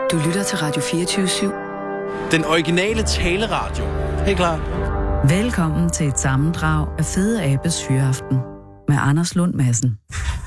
Du lytter til Radio 24/7. Den originale taleradio. Helt klart. Velkommen til et sammendrag af Fede Abes Hyreaften med Anders Lund Madsen.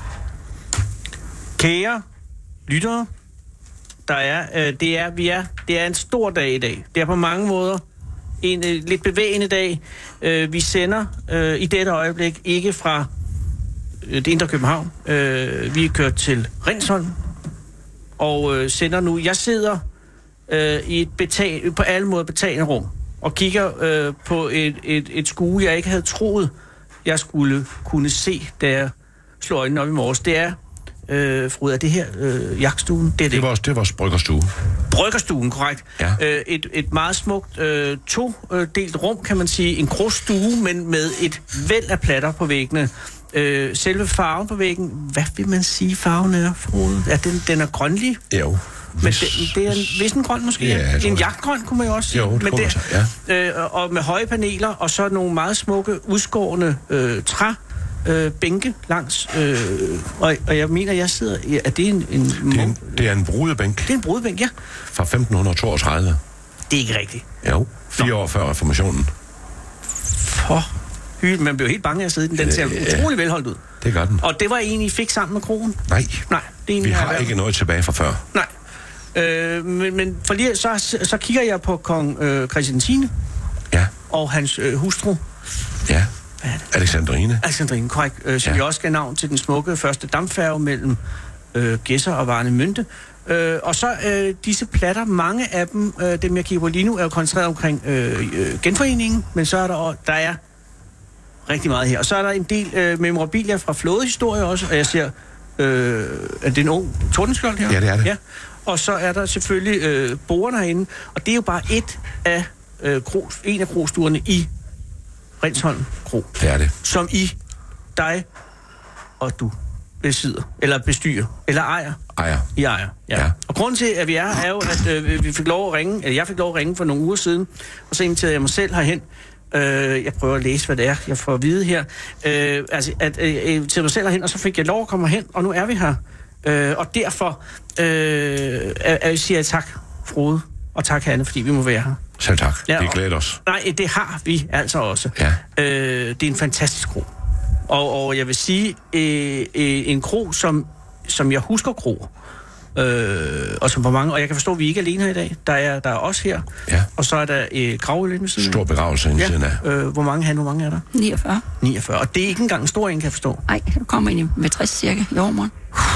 Kære lyttere, det er en stor dag i dag. Det er på mange måder en lidt bevægende dag. Vi sender i dette øjeblik ikke fra det indre København. Vi er kørt til Rindsholm og sender nu. Jeg sidder i et på alle måder betagende rum og kigger på et skue, jeg ikke havde troet, jeg skulle kunne se, da jeg slog øjnene op i morges. Det er, Frode, er det her jagtstuen? Det er vores bryggerstue. Bryggerstuen, korrekt. Ja. Et meget smukt to-delt rum, kan man sige. En grostue, men med et væld af platter på væggene. Selve farven på væggen, hvad vil man sige farven er, Frode? Den er grønlig? Jo. Men det er en visengrøn måske? Ja, en jagtgrøn, kunne man jo også sige. Jo, det kunne man så, ja. Og med høje paneler, og så nogle meget smukke, udskårne bænke langs. Og jeg mener, jeg sidder... Er det en det er en brudebænk. Det er en brudebænk, ja. Fra 1532. Det er ikke rigtigt. Jo, 4 år før reformationen. Man blev helt bange af at sidde i den. Den ser utrolig velholdt ud. Det gør den. Og det var en, I fik sammen med kroen? Nej, det er vi har ikke noget tilbage fra før. Nej. Men for lige, så kigger jeg på kong Christian 10. Ja. Og hans hustru. Ja. Alexandrine, korrekt. Som jo også gav navn til den smukke første dampfærge mellem Gedser og Warnemünde. Og så disse platter, mange af dem, dem jeg kigger på lige nu, er jo koncentreret omkring genforeningen, men så er der er rigtig meget her. Og så er der en del memorabilia fra flådehistorie også, og jeg ser, at det er en ung tordenskjold her. Ja, det er det. Ja. Og så er der selvfølgelig bordene herinde, og det er jo bare en af krostuerne i Rindsholm Kro. Det er det. Som dig og du bestyrer, eller ejer. I ejer, ja. Og grunden til, at vi er jo, at vi fik lov at ringe, eller jeg fik lov at ringe for nogle uger siden, og så inviterede jeg mig selv herhen. Jeg prøver at læse, hvad det er, jeg får at vide her. Til mig selv herhen, og så fik jeg lov at komme hen, og nu er vi her. Og derfor siger jeg tak, Frode, og tak, Hanne, fordi vi må være her. Selv tak. Ja, det glæder os. Nej, det har vi altså også. Ja. Det er en fantastisk kro. Og jeg vil sige, en kro, som jeg husker kro. Og som for mange, og jeg kan forstå, at vi ikke er alene her i dag. Der er os her, ja. Og så er der gravøl inde ved siden af. Stor begravelse inde ved siden af. Hvor mange er der? 49. 49, og det er ikke engang en stor en, kan jeg forstå. Nej, du kommer ind med 60 cirka i overmorgen.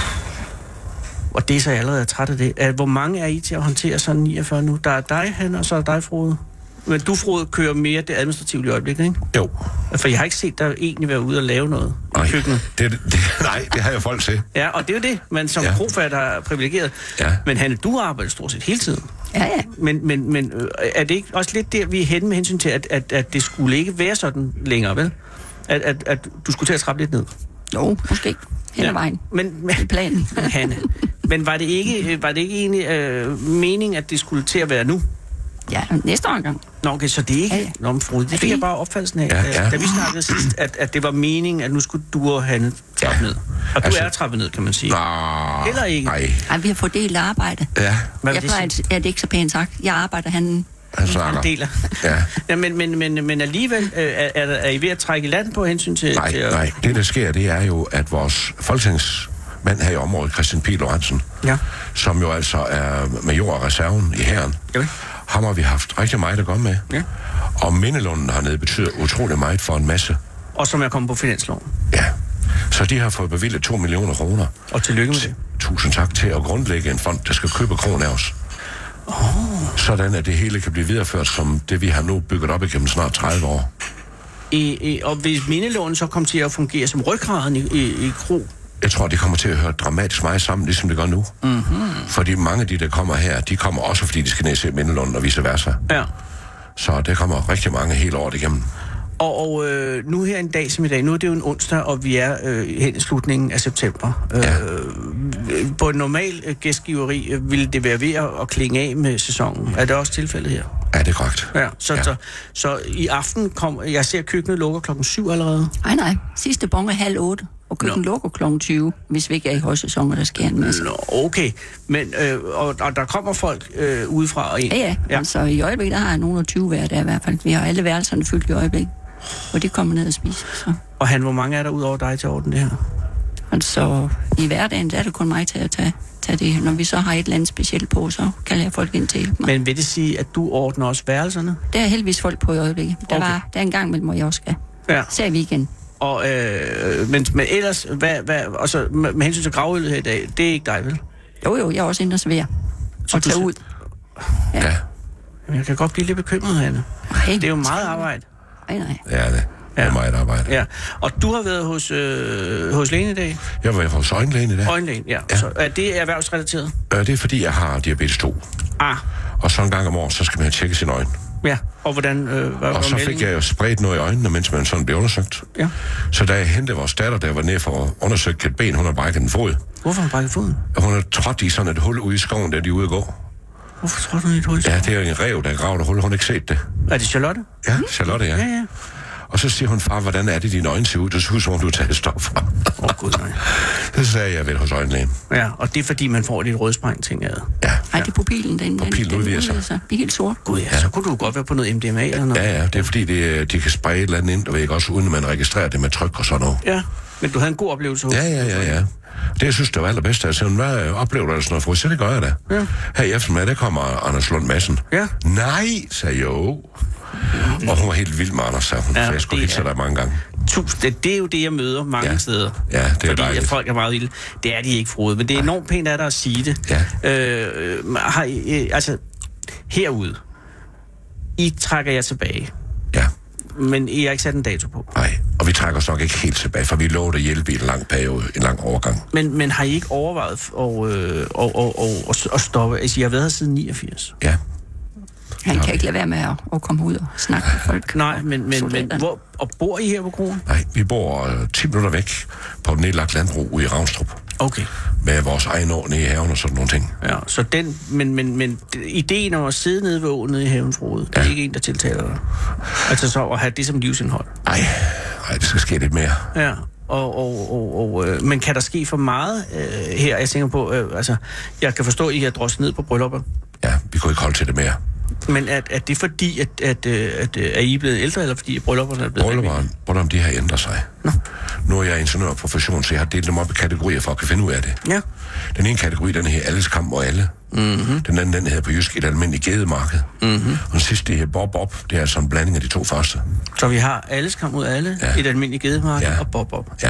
Og det er så jeg allerede træt af det. Hvor mange er I til at håndtere sådan 49 nu? Der er dig, Hanne, og så er der dig, Frode. Men du, Frode, kører mere det administrative i øjeblikket, ikke? Jo. For jeg har ikke set dig egentlig være ude og lave noget i køkkenet. Nej, det har jeg folk til. Ja, og det er jo det, man som krofatter er privilegeret. Ja. Men Hanne, du arbejder stort set hele tiden. Ja. Men er det ikke også lidt der, vi er henne med hensyn til, at det skulle ikke være sådan længere, vel? At du skulle til at trappe lidt ned? Jo, måske. Hen ad vejen. Men planen. Hanne, men var det ikke egentlig meningen, at det skulle til at være nu? Ja, næste omgang. Nå, okay, så det er ikke... Nå, men Frode, det fik jeg bare opfattelsen af, da vi snakkede sidst, at det var meningen, at nu skulle du og Hanne trappe ned. Og du er trappet ned, kan man sige. Eller ikke? Nej, vi har fået delt arbejde. Ja. Er det ikke så pænt sagt? Jeg arbejder, han deler. Ja, men alligevel er I ved at trække i land på hensyn til... Nej, det der sker, det er jo, at vores folketingsmand her i området, Christian Pihl Lorentzen, som jo altså er major af reserven i hæren, ham har vi haft rigtig meget at gøre med. Ja. Og mindelunden hernede betyder utrolig meget for en masse. Og som er kommet på finansloven. Ja. Så de har fået bevilget 2 millioner kroner. Og tillykke med det. Tusind tak til at grundlægge en fond, der skal købe kronen af os. Sådan at det hele kan blive videreført som det, vi har nu bygget op igennem snart 30 år. Og hvis mindelunden så kommer til at fungere som ryggraden i Kro? Jeg tror, det kommer til at høre dramatisk meget sammen, ligesom det gør nu. Mm-hmm. Fordi mange af de, der kommer her, de kommer også, fordi de skal ned og se Mindelunden og vice versa. Ja. Så der kommer rigtig mange hele året igennem. Og nu her en dag som i dag, nu er det jo en onsdag, og vi er hen i slutningen af september. På en normal gæstgiveri ville det være ved at klinge af med sæsonen. Er det også tilfældet her? Ja, det er korrekt. Ja, så i aften jeg ser køkkenet lukker 7:00 allerede. Nej, sidste bon er 7:30. Og køkken lukker kl. 20, hvis vi ikke er i højsæson, og der sker en masse. Nå, okay. Men, og der kommer folk udefra og ind? Ja. Altså i øjeblikket, der har jeg nogen af 20 hver dag i hvert fald. Vi har alle værelserne fyldt i øjeblikket. Og de kommer ned og spiser. Så. Og hvor mange er der ud over dig til orden det her? Altså i hverdagen, der er det kun mig til at tage det. Når vi så har et eller andet specielt på, så kan jeg folk ind til at hjælpe mig. Men vil det sige, at du ordner også værelserne? Der er heldigvis folk på i øjeblikket. Der er en gang mellem, hvor jeg også skal. Ja. Så er vi igen. Og, men ellers, altså, med hensyn til gravøllet her i dag, det er ikke dig, vel? Jo, jeg er også inde og servere. Og tage ud. Ja. Jamen, jeg kan godt blive lidt bekymret, Hanne. Det er jo meget arbejde. Nej. Ja, det er meget arbejde. Ja. Og du har været hos lægen i dag? Jeg har været hos øjenlægen i dag. Øjenlægen, ja. Så er det erhvervsrelateret? Det er fordi, jeg har diabetes 2. Og så en gang om året, så skal man tjekke sine øjne. Ja, og hvordan... og så fik jeg jo spredt noget i øjnene, mens man sådan blev undersøgt. Ja. Så da jeg hentede vores datter, der var nede for at undersøge et ben, hun har brækket en fod. Hvorfor har hun brækket foden? Hun har trådt i sådan et hul ude i skoven, da de er ude at gå. Hvorfor trådte hun i et hul? Ja, det er jo en ræv, der graver der hul. Hun har ikke set det. Er det Charlotte? Ja, Charlotte, ja. Ja. Og så siger hun, far, hvordan er det, dine øjne ser ud? Det ser ud, som om du har taget stof fra. Gud, nej. Så sagde jeg vel hos øjenlægen. Ja, og det er fordi, man får lidt rødspræng, tænker jeg. Ja. Ej, det er pupillen, den udvider sig. Det er helt sort. Gud, ja, så kunne du godt være på noget MDMA eller noget. Ja, det er fordi, de kan spraye et eller andet ind, og ikke også uden at man registrerer det med tryk og sådan noget. Ja, men du havde en god oplevelse hos. Ja. Det, jeg synes, det var allerbedst. Altså, hvad oplever du sådan noget for? Så det gør jeg da. Ja. Her i eftermiddag, der kommer Anders Lund Madsen. Ja. Nej, sagde jo. Og hun var helt vild med Anders, sagde hun. Ja, jeg skulle hilse dig mange gange. Det er jo det, jeg møder mange steder. Ja, det er fordi dejligt. Fordi folk er meget vilde. Det er de ikke, Frode. Men det er enormt pænt af dig at sige det. Ja. Altså, herude, I trækker jer tilbage. Ja. Men I har ikke sat en dato på. Nej, og vi trækker os nok ikke helt tilbage, for vi lovede at hjælpe i en lang periode, en lang overgang. Men har I ikke overvejet at stoppe? Altså, I har været her siden 89. Ja. Han kan ikke lade være med at komme ud og snakke med folk. Nej, men hvor bor I her på kroen? Nej, vi bor 10 minutter væk på et nedlagt landbrug ude i Ravnstrup. Okay. Med vores egen år nede i haven og sådan nogle ting. Ja, så den, men ideen om at sidde nede ved åen nede i havens rode, det er ikke en, der tiltaler dig? Altså så at have det som livsindhold? Nej, det skal ske lidt mere. Ja, men kan der ske for meget her? Jeg tænker på, altså, jeg kan forstå, at I har drosset ned på bryllupper. Ja, vi kunne ikke holde til det mere. Men er det fordi, at I er blevet ældre, eller fordi brylluperne er blevet... Brylluperne, de har ændret sig. Nå. Nu er jeg ingeniørprofession, så jeg har delt dem op i kategorier for at kunne finde ud af det. Ja. Den ene kategori, den her alles kamp og alle. Mm-hmm. Den anden, den hedder på jysk et almindeligt gedemarked. Mm-hmm. Og den sidste, det her Bob. Det er altså en blanding af de to første. Så vi har alles kamp mod alle, et almindeligt gedemarked og Bob. Ja.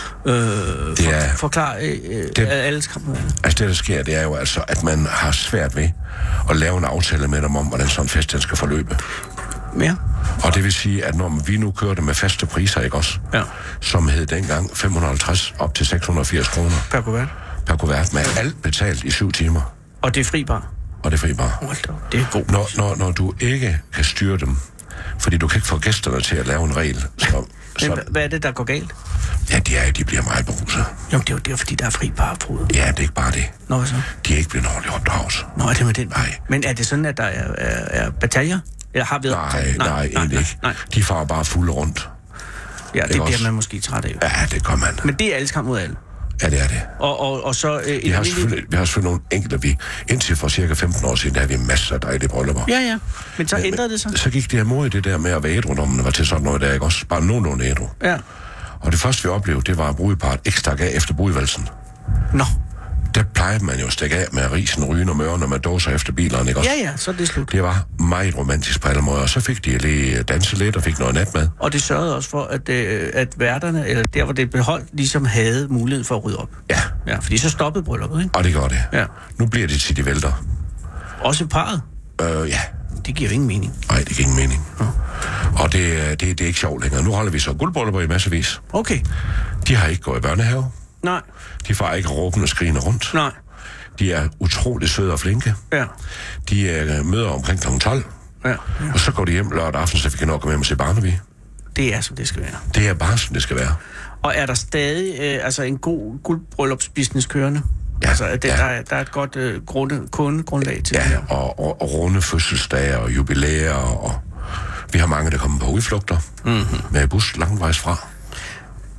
Forklar alles kamp mod alle. Altså det, der sker, det er jo altså, at man har svært ved at lave en aftale med dem om, hvordan sådan en fest den skal forløbe. Ja. Og det vil sige, at når vi nu kører det med faste priser, ikke også? Ja. Som hed dengang 550 op til 680 kroner. Per kuvert? Per kuvert, med alt betalt i 7 timer. Og det er fri bar? Og det er fri bar. Det er god. Når du ikke kan styre dem, fordi du kan ikke få gæsterne til at lave en regel. Men hvad er det, der går galt? Ja, de bliver meget beruset. Jamen, det er jo fordi, der er fri bar, Frode. Ja, det er ikke bare det. Nå, hvad så? De er ikke blevet ordentligt opdraget. Nå, er det med den? Nej. Men er det sådan, at der er bataljer? Eller har vi nej, egentlig ikke. Nej. De farer bare fulde rundt. Ja, det bliver man måske træt af. Ja, det gør man. Men det er alles kamp mod alle? Ja, det er det. Og så... Vi har selvfølgelig nogle enkelte, indtil for cirka 15 år siden, der havde vi masser af dejlige bryllupper. Ja. Men så ændrede det sig? Så gik det her mod i det der med at være ædru, når man var til sådan noget der, ikke også? Bare nogenlunde ædru. Ja. Og det første, vi oplevede, det var, at brudeparret ikke stak af efter brudevalsen. Nå. Der plejede man jo at stikke af med risen, rygen og mørne med dåser efter bilerne, ikke også? Ja, så er det slut. Det var meget romantisk på alle måder, og så fik de lige danse lidt og fik noget nat med. Og det sørgede også for, at værterne, eller der hvor det blev holdt, ligesom havde muligheden for at rydde op. Ja, fordi så stoppede brylluppet, ikke? Og det gør det. Ja. Nu bliver det til de vælter. Også parret? Ja. Det giver jo ingen mening. Nej, det giver ingen mening. Ja. Og det er ikke sjovt længere. Nu holder vi så guldbryllupper i massevis. Okay. De har ikke gået i børnehave. Nej. De får ikke råben og skrigende rundt. Nej. De er utrolig søde og flinke. Ja. De møder omkring kl. 12. Ja. Og så går de hjem lørdag aften, så vi kan nok komme hjem og se Barnaby. Det er, som det skal være. Det er bare, som det skal være. Og er der stadig en god guldbryllupsbusiness kørende? Ja, altså, der er et godt kundegrundlag til det her. Og runde fødselsdage og jubilæer. Og vi har mange, der kommer på udflugter med bus langvejs fra.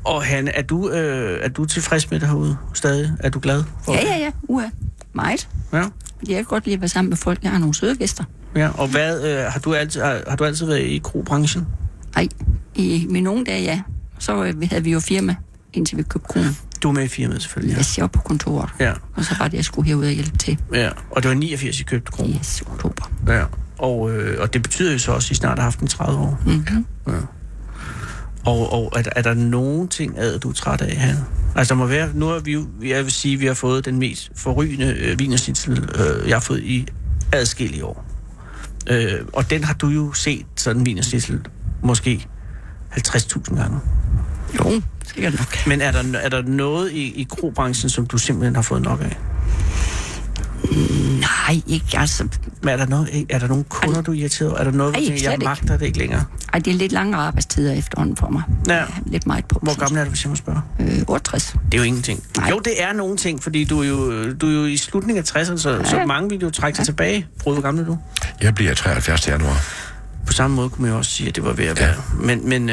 Og Hanne, er du tilfreds med det herude stadig? Er du glad for det? Ja. Meget. Ja. Jeg kan godt lide at være sammen med folk. Jeg har nogle søde gæster. Ja, og hvad, har du altid været i krobranchen? Nej, i mine unge dage, ja. Så havde vi jo firma, indtil vi købte kronen. Du er med i firmaet, selvfølgelig. Ja. Jeg var på kontoret. Ja. Og så var det, jeg skulle herud og hjælpe til. Ja, og det var 89, I købte kronen? Yes, oktober. Ja, og det betyder jo så også, at I snart har haft den i 30 år. Mm-hmm. Ja. Og er der nogen ting, du er træt af, Hanne? Altså, der må være... Nu har vi jo... Jeg vil sige, at vi har fået den mest forrygende wienersnitzel, jeg har fået i adskillige år. Og den har du jo set, sådan en wienersnitzel, måske 50.000 gange. Jo, sikkert nok. Men er der noget i krobranchen, som du simpelthen har fået nok af? Nej, ikke altså. Men er der nogle kunder, du er irriteret over? Er der noget, jeg magter det ikke længere? Ej, det er lidt lange arbejdstider efterhånden for mig. Ja. Lidt meget på. Hvor gammel er du, hvis jeg må spørge? 68. Det er jo ingenting. Nej. Jo, det er nogle ting, fordi du er jo i slutningen af 60'erne, så mange vil jo trække sig tilbage. Hvor gammel er du? Jeg bliver 73. januar. På samme måde kunne man jo også sige, at det var ved at være. Men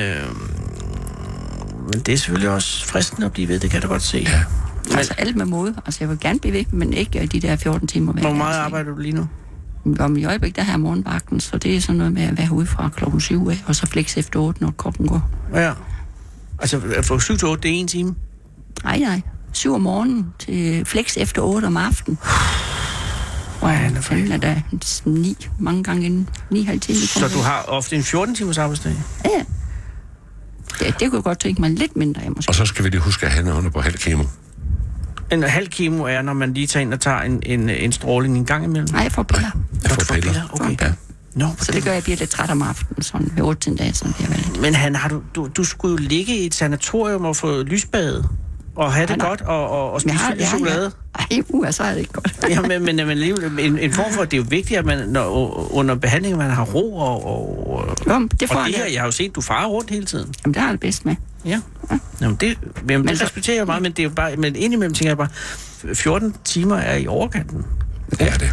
det er selvfølgelig også fristende at blive ved, det kan du godt se. Ja. Altså alt med måde. Altså jeg vil gerne blive ved, men ikke de der 14 timer. Hvor meget arbejder du lige nu? Om i øjeblik, der her morgenvagten, så det er sådan noget med at være ude fra klokken 7 af, og så flex efter 8, når kokken går. Ja. Altså fra 7 til 8, det er 1 time? Nej. 7 om morgenen til flex efter 8 om aftenen. Og fanden er der 9, mange gange inden 9,5 timer. Så du har ofte en 14 timers arbejdsdag? Ja. Det kunne jeg godt tænke mig lidt mindre af, måske. Og så skal vi lige huske, at Hanne, hun er på halv kemo. En halv kemo er, når man lige tager ind og tager en stråling en gang imellem? Nej, jeg får piller. Jeg får piller. Okay. Ja. No, så det gør, at jeg bliver lidt træt om aftenen, sådan ved 8 dage, sådan bliver jeg lidt. Men Hanne, du skulle jo ligge i et sanatorium og få lysbade, og have det godt, og spise chokolade. Ej, så er det ikke godt. Ja, men en form for, det er jo vigtigt, at man under behandling, man har ro og det får og det her, jeg har jo set, du farer rundt hele tiden. Jamen, det har jeg det bedst med. Ja. Jamen, det respekterer jeg meget, men det er jo bare, men indimellem tænker jeg bare, 14 timer er i overkanten. Det er det.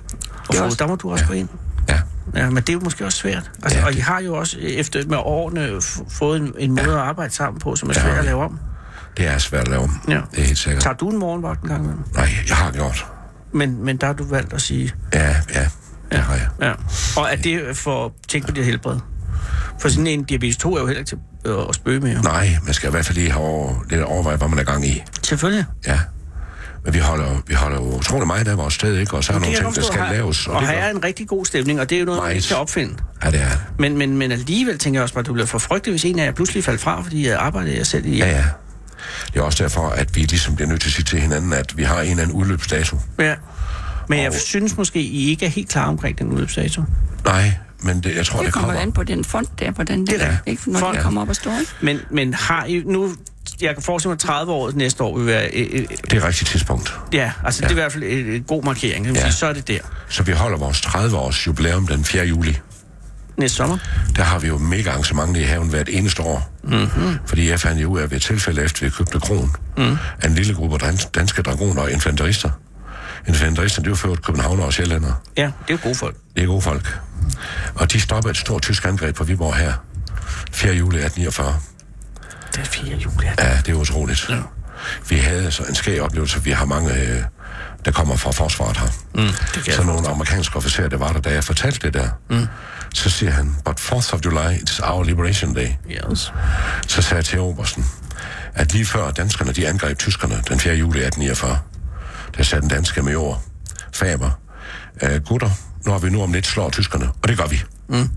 Og der må du også gå ind. Ja, men det er jo måske også svært. Altså, og I har jo også efter med årene fået en måde at arbejde sammen på, som er svært at lave om. Det er svært at lave om. Ja. Det er helt sikkert. Tager du en morgenvagt en gang imellem? Nej, jeg har gjort. Men der har du valgt at sige... Ja, det har jeg. Ja. Og er det for at tænke på dit helbred? For sådan en diabetes 2 er jo heller ikke til at spøge med. Jo. Nej, man skal i hvert fald lige have lidt overveje, hvad man er gang i. Selvfølgelig. Ja. Men vi holder jo utrolig meget af vores sted, ikke? Og så er nogle ting, der skal laves. Og her er en rigtig god stemning, og det er jo noget, man skal opfinde. Ja, det er det. Men alligevel tænker jeg også bare, at det bliver for frygteligt, hvis en af jer pludselig falder fra, fordi jeg arbejder selv i... Ja. Det er også derfor, at vi ligesom bliver nødt til at sige til hinanden, at vi har en eller anden udløbsdato. Ja. Men jeg synes måske, I ikke er helt klar omkring den udløbsdato. Nej, men jeg tror, det kommer an på den fond der, hvordan det er, ikke? Når det kommer op og står. Men har I nu... Jeg kan forestille mig, 30 år næste år vil være... Det er et rigtigt tidspunkt. Ja, altså det er i hvert fald en god markering. Sige, så er det der. Så vi holder vores 30-års jubilæum den 4. juli. Næste sommer? Der har vi jo mega arrangementer i haven hvert eneste år. Mm-hmm. Fordi jeg fandt jo ud af ved et tilfælde, efter vi købte Kron, af en lille gruppe danske dragoner og infanterister. Infanterister, det er jo før københavner og sjællænder. Ja, det er jo gode folk. Det er gode folk. Og de stoppede et stort tysk angreb på Viborg her. 4. juli 1849. Det er 4. juli. Ja, det er utroligt. Ja. Vi havde så en skæg oplevelse. Vi har mange, der kommer fra forsvaret her. Så nogle amerikanske officerer, der var der, da jeg fortalte det der. Så siger han, but 4th of July, it's our Liberation Day. Yes. Så sagde jeg til obersten, at lige før danskerne, de angreb tyskerne den 4. juli 1849, der sagde den danske major Faber, gutter, når vi nu om lidt slår tyskerne, og det gør vi.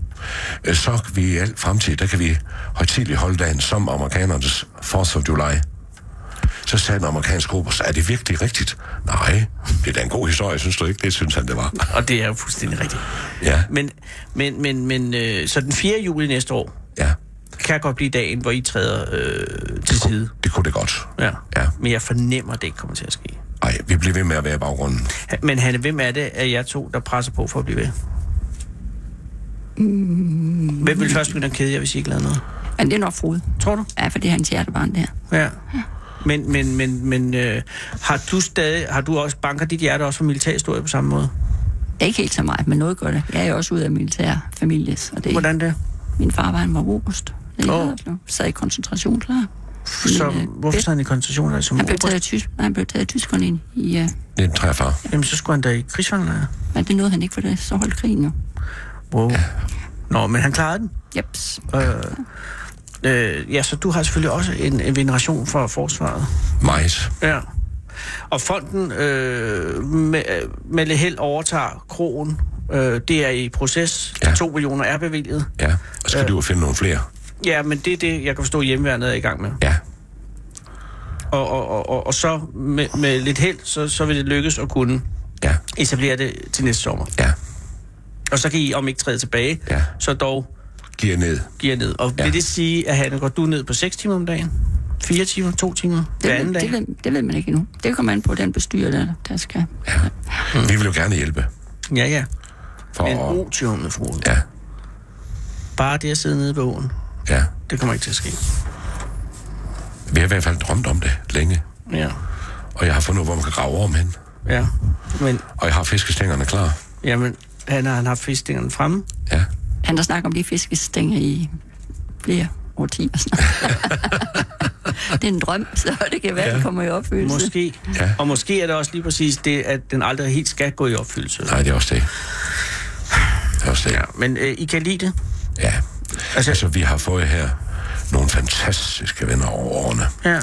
Så kan vi i al fremtid, der kan vi højtideligt holde dagen som amerikanernes 4th of July. Så sagde den amerikanske oberst, er det virkelig rigtigt? Nej, det er da en god historie, synes du ikke? Det synes han, det var. Og det er jo fuldstændig rigtigt. Ja. Men så den 4. juli næste år, kan godt blive dagen, hvor I træder til side. Det kunne det godt. Ja. Men jeg fornemmer, at det ikke kommer til at ske. Nej, vi bliver ved med at være i baggrunden. Men Hanne, hvem er det af jer to, der presser på for at blive ved? Hvem vil først begynde at kede jer, hvis I ikke lavede noget? Men det er nok Frode. Tror du? Ja, for det er hans hjertebarn der. Ja. Men har du også banker dit hjerte også for militærhistorie på samme måde? Ikke helt så meget, men noget gør det. Jeg er jo også ud af militærfamilie. Hvordan det? Min far var, han var oberst. Sad i koncentrationslejr. Så hvorfor sad han i koncentration som han blev taget af tyskerne ind i... 1943. Ja. Jamen, så skulle han da i krigsfangelejr. Men det nåede han ikke, for det så holdt krigen jo. Wow. Ja. Nå, men han klarede den. Jeps. Ja, så du har selvfølgelig også en veneration for forsvaret. Majs. Ja. Og fonden med lidt held overtager kroen. Det er i proces. Ja. 2 millioner er bevilget. Ja, og skal du jo finde nogle flere. Ja, men det er det, jeg kan forstå, hjemmeværnet er i gang med. Ja. Og så med lidt held, så vil det lykkes at kunne etablere det til næste sommer. Ja. Og så kan I, om ikke træde tilbage, så dog... Giver ned. Og vil det sige, at Hanne, går du ned på 6 timer om dagen? 4 timer? 2 timer? Det ved man ikke endnu. Det kommer an på den bestyrer, der skal... Ja. Vi vil jo gerne hjælpe. Ja. Men otiummet, Frode. Ja. Bare det at sidde nede ved åen. Ja. Det kommer ikke til at ske. Vi har i hvert fald drømt om det længe. Ja. Og jeg har fundet ud, hvor man kan grave om hen. Ja. Og jeg har fiskestængerne klar. Jamen, han har fiskestængerne fremme. Ja. Han har snakket om de fiskestænger i flere årtier snart. Det er en drøm, så det kan være, det kommer i opfyldelse. Måske. Ja. Og måske er det også lige præcis det, at den aldrig helt skal gå i opfyldelse. Nej, det er også det. Ja, men I kan lide det? Ja. Altså, vi har fået her nogle fantastiske venner over årene. Ja.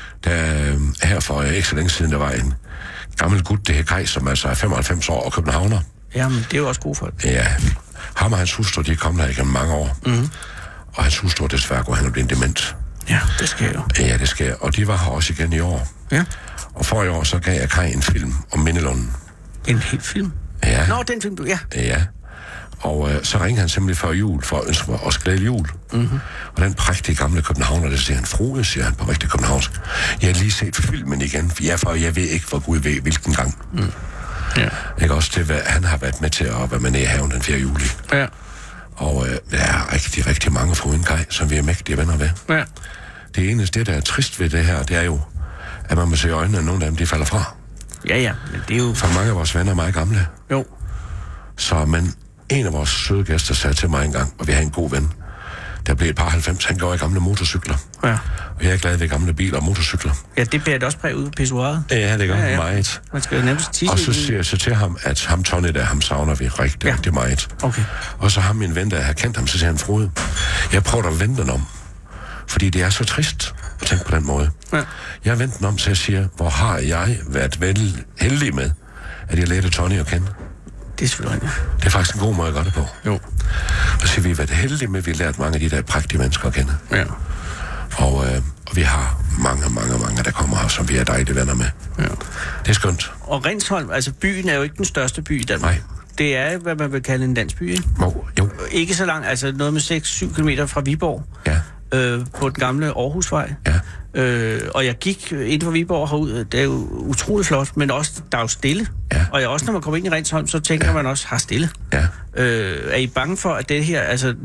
Her for ikke så længe siden, der var en gammel gut, det her Kaj, som altså er 95 år og københavner. Jamen, det er jo også gode folk. Ja. Ham og hans hustru, de er kommet her igennem mange år. Mm-hmm. Og hans hustru, desværre, går han og bliver dement. Ja, det sker jo. Ja, det sker. Og de var her også igen i år. Ja. Og for i år, så gav jeg Kaj en film om Mindelunden. En hel film? Ja. Nå, den film, ja. Ja. Og så ringede han simpelthen før jul, for at ønske mig også glædelig jul. Mm-hmm. Og den prægtige gamle københavner, der siger han, Frode, siger han på rigtig københavnsk. Jeg har lige set filmen igen, for jeg ved ikke, hvor Gud ved, hvilken gang. Mm. Ja. Ikke også til, han har været med til at være med nede i haven den 4. juli. Ja. Og der er rigtig, rigtig mange foruden Kaj, som vi er mægtige venner ved. Ja. Det eneste, der er trist ved det her, det er jo, at man må se i øjnene, at nogle af dem, de falder fra. Ja, men det er jo... For mange af vores venner er meget gamle. Jo. Så, men en af vores søde gæster sagde til mig engang, og vi har en god ven, der blev et par 90, han går i gamle motorcykler. Ja. Og jeg er glad ved gamle biler og motorcykler. Ja, det bærer det også præg ud på pissoiret. Ja, det gør meget. Man skal jo nærmest tisse. Og så siger jeg så til ham, at ham Tony der, ham savner vi rigtig meget. Okay. Og så ham min ven, der har kendt ham, så siger han, Frode, jeg prøver at vente den om. Fordi det er så trist at tænke på den måde. Ja. Jeg vendte den om, så jeg siger, hvor har jeg været vel heldig med, at jeg lærte Tony at kende. Det er selvfølgelig. Det er faktisk en god måde at gøre det på. Jo. Og så vi har været heldige med, at vi har lært mange af de der prægtige mennesker at kende. Ja. Og vi har mange, der kommer her, som vi er dejlige venner med. Ja. Det er skønt. Og Rindsholm, altså byen er jo ikke den største by i Danmark. Nej. Det er, hvad man vil kalde en landsby, ikke? Jo. Ikke så langt, altså noget med 6-7 kilometer fra Viborg. Ja. På den gamle Aarhusvej. Ja. Og jeg gik ind fra Viborg herud. Det er jo utroligt flot, men også, der er jo stille. Ja. Og også når man kommer ind i Rindsholm, så tænker man også, har stille. Ja. Er I bange for, at det her,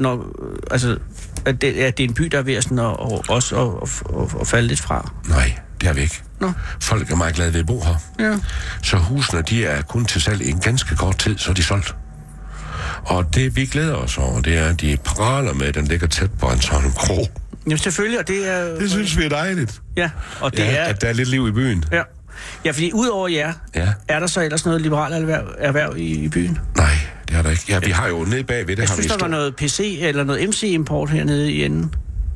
at det er en by, der er ved at, at falde lidt fra? Nej, det er vi ikke. Nå. Folk er meget glade ved at bo her. Ja. Så husene, de er kun til salg i en ganske kort tid, så er de solgt. Og det, vi glæder os over, det er, at de praler med, at den ligger tæt på en sådan kro. Jamen selvfølgelig, og det er... Det synes vi er dejligt. Ja, og det er... at der er lidt liv i byen. Ja, ja, fordi udover jer, er der så ellers noget liberalt erhverv i byen? Nej, det er der ikke. Ja, vi har jo nede bagved det. Jeg synes, der var noget PC eller noget MC-import hernede i enden.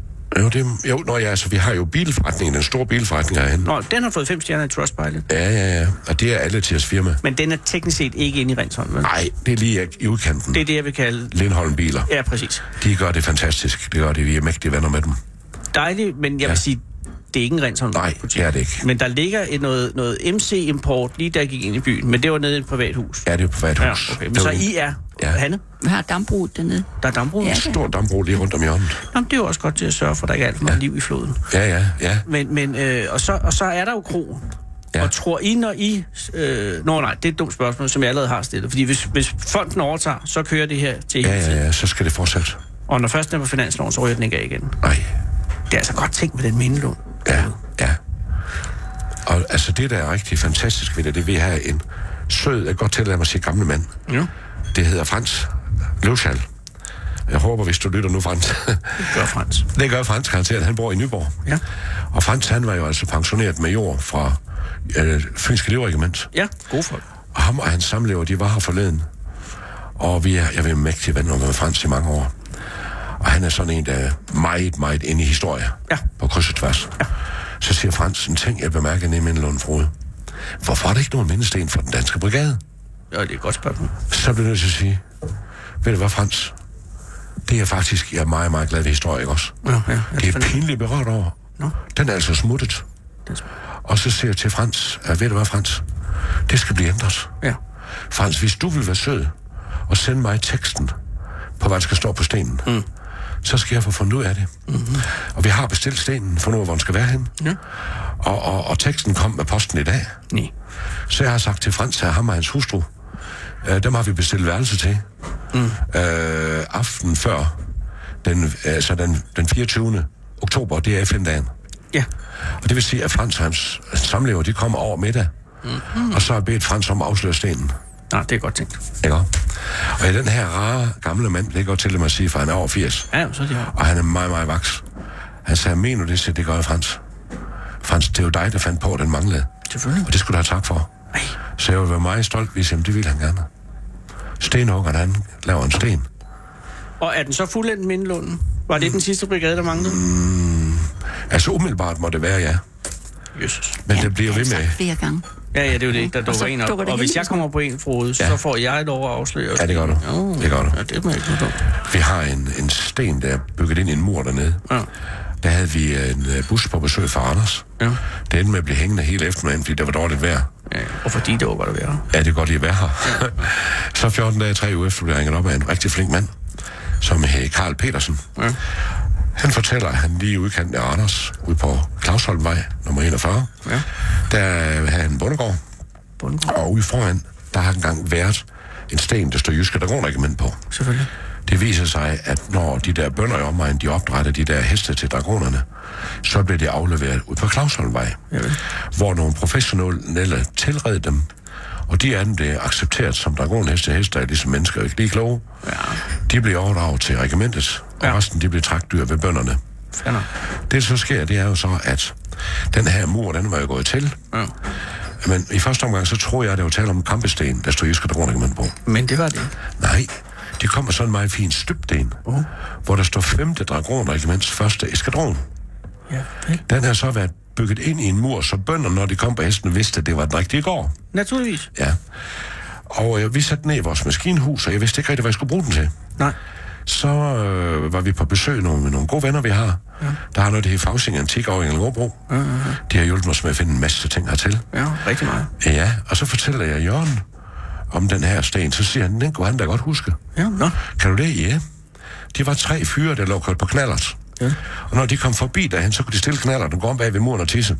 Vi har jo bilforretningen, den store bilforretning herhenne. Nå, den har fået 5 stjerner i Trustpilot. Ja, og det er alle til os firma. Men den er teknisk set ikke inde i Rindsholm, vel? Nej, det er lige i udkanten. Det er det, jeg vil kalde... Lindholm Biler. Ja, præcis. De gør det fantastisk. Det gør det, vi er mægtige venner med dem. Dejligt, men jeg vil sige, det er ikke en Rindsholm. Nej, det er det ikke. Men der ligger noget MC-import lige der gik ind i byen, men det var nede i et privat hus. Ja, det er et privat hus. Ja, okay. Men så I er... Ja. Hanne? Vi har dambruget dernede. Der er dambruget? Ja, stor dambrug lige rundt om hjørnet. Jamen, det er jo også godt til at sørge for, at der ikke er alt for meget liv i floden. Ja. Men og så er der jo kroen. Ja. Og tror I, når I... nej, det er et dumt spørgsmål, som jeg allerede har stillet. Fordi hvis fonden overtager, så kører det her til hele tiden. Ja, så skal det fortsætte. Og når først den er på finansloven, så ryger den ikke af igen. Nej. Det er altså godt tænkt med den mindelån. Ja. Og altså det, der er rigtig fantastisk ved det vil have en sød, jeg godt til at lade mig sige gamle mand. Ja. Det hedder Frans Løvschal. Jeg håber, hvis du lytter nu, Frans. Det gør Frans. Det gør Frans, garanteret. Han bor i Nyborg. Ja. Og Frans, han var jo altså pensioneret major fra Fynske Livregiment. Ja, god folk. Og ham og hans samlever, de var her forleden. Og jeg vil mægtig venner med Frans i mange år. Og han er sådan en, der er meget, meget inde i historie. Ja. På kryds og tværs. Ja. Så siger Frans, en ting, jeg bemærker nede med Lund Frode. Hvorfor er der ikke nogen mindesten for den danske brigade? Ja, det er et godt spørgsmål. Så bliver jeg nødt til at sige, ved du hvad, Frans? Det er faktisk, jeg er meget, meget glad ved historie, ikke også? Ja, det er pinligt berørt over. Nå. Den er altså smuttet. Og så siger jeg til Frans, ved du hvad, Frans? Det skal blive ændret. Ja. Frans, hvis du vil være sød og sende mig teksten på, hvad der skal stå på stenen, så skal jeg få fundet ud af det. Mm-hmm. Og vi har bestilt stenen, for nu, hvor den skal være henne. Ja. Og teksten kom med posten i dag. Nej. Så jeg har sagt til Frans, ham og hans hustru, dem har vi bestilt værelse til. Aften før den 24. oktober, det er FN-dagen. Ja. Og det vil sige, at Frans og hans samlever, de kommer over middag. Mm-hmm. Og så har jeg bedt Frans om at afsløre stenen. Nå, det er godt tænkt. Ikke? Og i den her rare gamle mand, det går til dem at sige, for han er over 80. Ja, så er de her. Og han er meget, meget vaks. Han sagde, mener det, så det gør jeg, Frans. Frans, det er jo dig, der fandt på, at den manglede. Selvfølgelig. Og det skulle du have tak for. Ej. Så jeg vil være meget stolt, hvis det ville han gerne. Stenhuggeren, han laver en sten. Og er den så fuldendt Mindelunden? Var det den sidste brigade, der manglede? Altså umiddelbart må det være, ja. Jesus. Men det bliver ved med. Flere gange. Ja, det er jo det, der dukker en op. Og hvis jeg kommer på en, Frode, så får jeg lov at afsløre. Ja, det gør du. Det gør du. Ja, det er mig ikke noget. Vi har en sten, der er bygget ind i en mur dernede. Ja. Der havde vi en bus på besøg fra Anders. Ja. Det endte med at blive hængende hele eftermiddagen, fordi der var dårligt vejr. Ja, og fordi det var godt at være her. Ja, det er godt lige at være her. Ja. Så 14 dage, 3 uger efter, blev ringet op af en rigtig flink mand, som hed Carl Petersen. Ja. Han fortæller, at han lige udkanten af Anders, ude på Clausholmvej, nummer 41, der havde han en bondegård. Og ude foran, der har engang været en sten, der står Jyske Dragonregiment på. Selvfølgelig. Det viser sig, at når de der bønder i omegnen, de opdrætter de der heste til dragonerne, så bliver det afleveret ud på Clausholmvej, hvor nogle professionelle tilred dem, og de anden blev accepteret som dragonheste, er ligesom mennesker ikke lige kloge. Ja. De bliver overdraget til regimentet, og resten de bliver tragtdyr ved bønderne. Ja. Det så sker, det er jo så, at den her mur, den var jo gået til. Ja. Men i første omgang, så tror jeg, at det var tale om kampesten, der stod Jyske Dragonregiment på. Men det var det. Nej, de kom med sådan en meget fin støbsten, hvor der står 5. Dragonregiments første eskadron. Ja, den har så været bygget ind i en mur, så bønderne, når de kom på hesten, vidste, at det var den rigtige gård. Naturligvis. Ja. Og vi satte ned i vores maskinhus, og jeg vidste ikke rigtig, hvad jeg skulle bruge den til. Nej. Så var vi på besøg med nogle gode venner, vi har. Ja. Der har noget, det hedder Fausing Antik over i Engelbro. De har hjulpet os med at finde en masse ting hertil. Ja, rigtig meget. Ja, og så fortæller jeg Jørgen om den her sten, så siger han, den kunne han da godt huske. Ja, nå. Kan du det? Ja. De var 3 fyre, der lå kørt på knallert. Ja. Og når de kom forbi derhen, så kunne de stille knallert og gå om bag ved muren og tisse.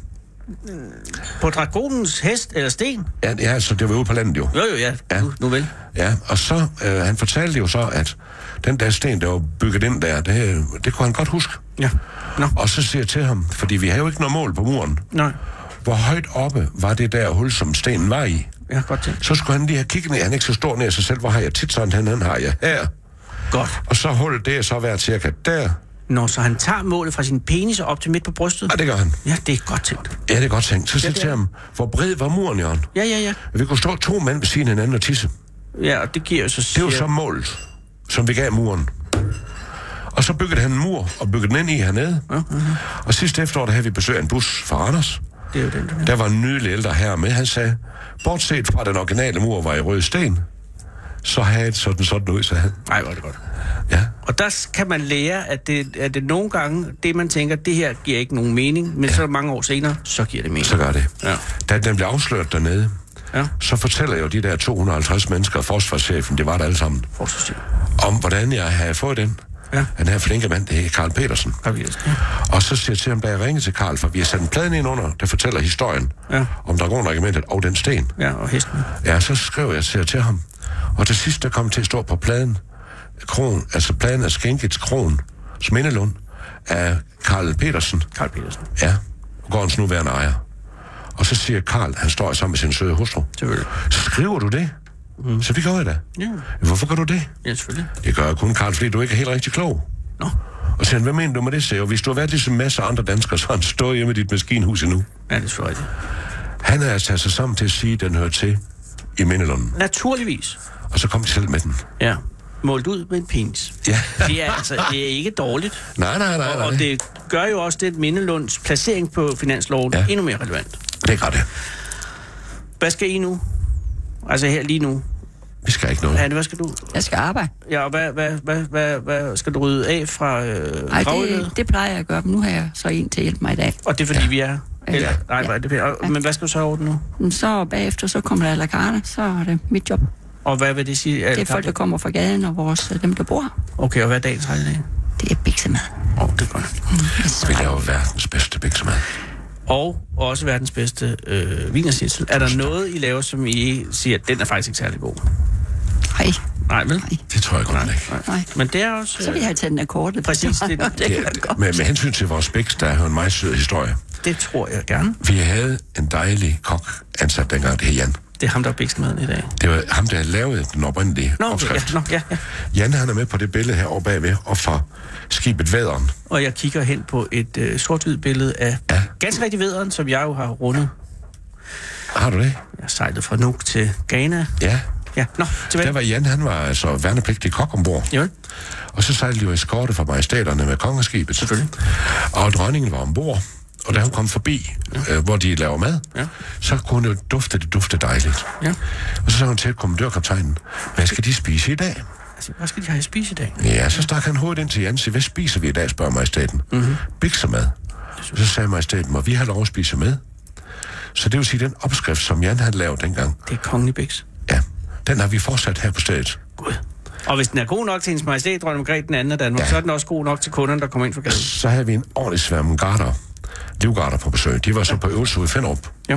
På dragonens hest eller sten? Ja, så det var ude på landet jo. Jo, ja. Nu vel. Ja, og så, han fortalte jo så, at den der sten, der var bygget ind der, det kunne han godt huske. Ja. Nå. Og så siger jeg til ham, fordi vi har jo ikke noget mål på muren. Nej. Hvor højt oppe var det der hul, som stenen var i? Ja, godt tænkt. Så skulle han lige have kigget ned. Han er ikke så stor ned af sig selv. Hvor har jeg tit sådan, han har jeg her. Godt. Og så hullet det så været cirka der. Nå, så han tager målet fra sin penis op til midt på brystet? Ja, det gør han. Ja, det er godt tænkt. Ja, det er godt tænkt. Så siger jeg til ham, hvor bred var muren, Jørgen? Ja. Vi kunne stå 2 mænd ved siden af hinanden og tisse. Ja, og det giver jo så... Det er jo så målet, som vi gav muren. Og så byggede han en mur og byggede den ind i hernede. Og sidste efterår, der havde vi besøg af en bus fra Anders. Det er jo den. Der var en nydelig ældre herre med. Han sagde, bortset fra den originale mur var i rød sten, så havde det sådan ud, sagde han. Nej, var det godt. Ja. Og der kan man lære, at det nogle gange, det man tænker, det her giver ikke nogen mening, men så mange år senere, så giver det mening. Så gør det. Ja. Da den blev afsløret dernede, så fortæller jeg jo de der 250 mennesker og forsvarschefen, det var der alle sammen, om hvordan jeg havde fået den. Ja. Den her flinke mand, det er Carl Petersen. Ja. Og så siger jeg til ham, da jeg ringer til Carl, for vi har sat en plade ind under, der fortæller historien om Dragonregimentet og den sten. Ja, og hesten. Ja, så skrev jeg til ham. Og til sidst, der kom til at stå på pladen, pladen af Skænkets Kron, Mindelund, af Carl Petersen. Carl Petersen. Ja, gårdens nuværende ejer. Og så siger Carl, han står sammen med sin søde hustru. Selvfølgelig. Så skriver du det? Så det gør jeg da. Ja. Hvorfor gør du det? Ja, selvfølgelig. Det gør jeg kun, Karl, fordi du ikke er helt rigtig klog. Nå. Og så hvad mener du med det, siger? Hvis du har været ligesom masser af andre danskere, så han står hjemme i dit maskinhus endnu. Ja, det er selvfølgelig rigtigt. Han er taget sig sammen til at sige, at den hører til i Mindelunden. Naturligvis. Og så kom de selv med den. Ja. Målt ud med en penis. Ja. Det er ikke dårligt. Nej. Og det gør jo også det Mindelunds placering på finansloven endnu mere relevant. Det gør det. Hvad skal I nu? Altså her lige nu. Vi skal ikke noget. Hanne, hvad skal du? Jeg skal arbejde. Ja, og hvad skal du rydde af fra gravøllet? Det plejer jeg at gøre, men nu har jeg så en til at hjælpe mig i dag. Og det er fordi, vi er... Eller, Ja. Men hvad skal du så ordne nu? Så bagefter, så kommer der la carte, så er det mit job. Og hvad vil det sige? Det er folk, der kommer fra gaden, og dem, der bor. Okay, og hvad er dagens rejde? Det er biksemad. Det er godt. Vi laver verdens bedste biksemad. Og også verdens bedste vinersitsel. Er der noget, I laver, som I siger, at den er faktisk ikke særlig god? Nej, vel? Det tror jeg godt ikke. Nej. Men det er også... Så vil jeg tage den af kortet. Præcis. Med hensyn til vores biks, der er jo en meget sød historie. Det tror jeg gerne. Vi havde en dejlig kok ansat dengang, det hed Jan. Det er ham, der har biksemaden i dag. Det var ham, der havde lavet den oprindelige opskrift. Ja. Jan, han er med på det billede her over bagved, og fra skibet Vædderen. Og jeg kigger hen på et sort-hvid billede af ganske rigtig Vædderen, som jeg jo har rundet. Har du det? Jeg har sejlet fra Nuuk til Ghana. Ja. Ja, tilbage. Der var Jan, han var altså værnepligtig kok ombord. Jo. Og så sejlede de jo eskorte fra majestaterne med kongeskibet. Selvfølgelig. Og dronningen var ombord. Og da hun kom forbi, hvor de laver mad, så kunne hun jo dufte dejligt. Ja. Og så sagde hun til kommandørkaptajnen, hvad skal de spise i dag? Altså, hvad skal de have at spise i dag? Ja, så stak han hovedet ind til Jan og sagde, hvad spiser vi i dag, spørger majestaten. Biksemad. Så sagde majestaten, må vi have lov at spise med? Så det vil sige, den opskrift, som Jan havde lavet dengang. Det er kongelig biks. Ja, den har vi fortsat her på stedet. Gud. Og hvis den er god nok til hendes majestæt, dronning Margrethe den anden af Danmark, så er den også god nok til kunderne, der kommer ind fra gaden. Så havde vi en ordentlig sværm livgarder på besøg. De var så på øvelse ude i Finderup. Ja.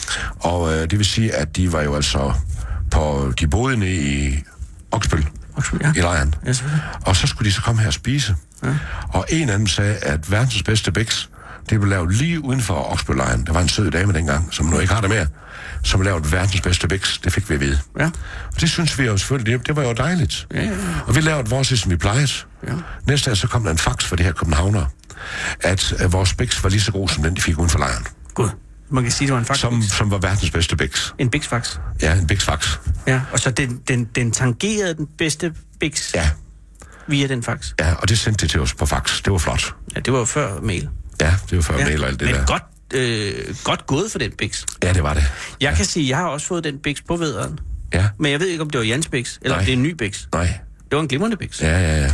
Og det vil sige, at de var jo altså de boede nede i Oksbøl, i lejren. Ja, og så skulle de så komme her og spise. Ja. Og en af dem sagde, at verdens bedste biks, det blev lavet lige uden for Oksbøl-lejren. Der var en sød dame dengang, som nu ikke har det mere, som lavede verdens bedste biks. Det fik vi at vide. Ja. Og det synes vi jo selvfølgelig, det var jo dejligt. Ja. Og vi lavede vores, som vi plejede. Ja. Næste dag så kom der en fax for de her københavnere, at vores biks var lige så god som den, de fik uden for lejren. Gud. Man kan sige, det var en fax. Som var verdens bedste biks. En biksfax? Ja, en biksfax. Ja, og så den tangerede den bedste biks? Ja. Via den fax? Ja, og det sendte de til os på fax. Det var flot. Ja, det var jo før mail. Ja, det var før mail og alt det men der. Men godt gået for den biks. Ja, det var det. Jeg kan sige, jeg har også fået den biks på Vædderen. Ja. Men jeg ved ikke, om det var Jans biks, eller om det er en ny biks. Nej. Det var en glimrende biks. Ja.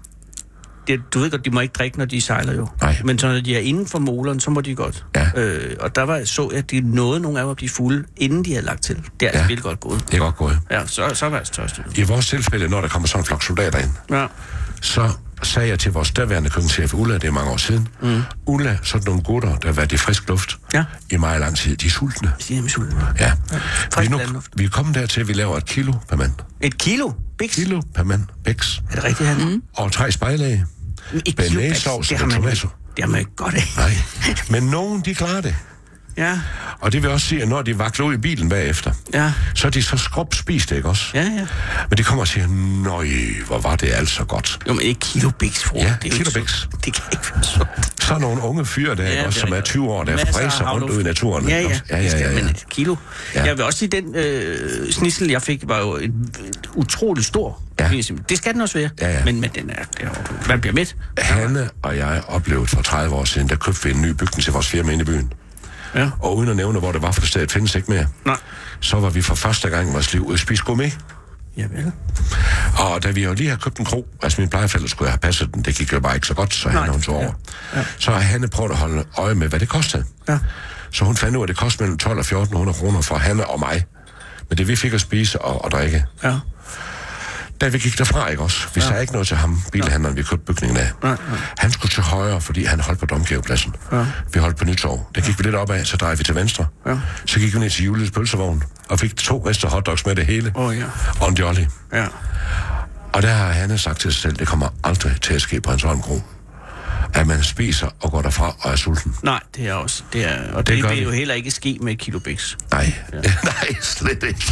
Du ved godt, de må ikke drikke, når de sejler jo. Nej. Men så når de er inden for moleren, så må de godt. Ja. Og der så jeg, at de nåede nogle af dem at blive fulde, inden de havde lagt til. Det er altså virkelig godt gået. Det er godt gået. Ja, så var det største. I vores tilfælde, når der kommer sådan en flok soldater ind, så sagde jeg til vores daværende køkkenchef Ulla, det er mange år siden, Ulla, sådan nogle gutter, der har været i frisk luft i meget lang tid, de er sultne. De er nemlig sultne. Ja. Vi er kommet dertil, at vi laver 1 kilo per mand. 1 kilo? Biks? Kilo per mand. Biks. Er det rigtigt, han? Og 3 spejlæg. Bearnaisesauce og tomato. Det har man ikke godt af. Nej, men nogen, de klarer det. Ja. Og det vil også sige, at når de vakler ud i bilen bagefter, så er de så skrubspist, ikke også? Ja. Men de kommer og siger, nøj, hvor var det altså godt. Jo, men 1 kilo biks, fru. Ja, 1 kilo biks. Det kan ikke være så. Så er nogle unge fyre der, også, som er 20 år, der fræser rundt ud i naturen. Ja. Men 1 kilo. Ja. Jeg vil også sige, den snitsel, jeg fik, var jo en utrolig stor. Ja. Det skal den også være. Ja. Men den man bliver midt. Hanne og jeg oplevede for 30 år siden, der købte vi en ny bygning til vores firma inde i byen. Ja. Og uden at nævne, hvor det var, for det stedet findes ikke mere. Nej. Så var vi for første gang i vores liv ude at spise gourmet. Javel. Og da vi jo lige har købt en krog, altså min plejefælder skulle have passet den, det gik jo bare ikke så godt, så hun tog over. Ja. Så har Hanne prøvet at holde øje med, hvad det kostede. Ja. Så hun fandt ud af, at det kostede mellem 12 og 1400 kroner for Hanne og mig. Men det vi fik at spise og drikke. Ja. Da vi gik derfra, ikke også? Vi sagde ikke noget til ham, bilhandleren, vi købte bygningen af. Ja. Han skulle til højre, fordi han holdt på Domkirkepladsen. Ja. Vi holdt på Nytorv. Der gik vi lidt opad, så drejede vi til venstre. Ja. Så gik vi ned til Julies pølsevogn, og fik 2 rister hotdogs med det hele. Og en jolly. Ja. Og der har Hanne sagt til sig selv, det kommer aldrig til at ske på Hans Holm Kro, at man spiser og går derfra og er sulten. Nej, det er også. Og det vil jo heller ikke ske med 1 kilo biks. Nej, nej, slet ikke.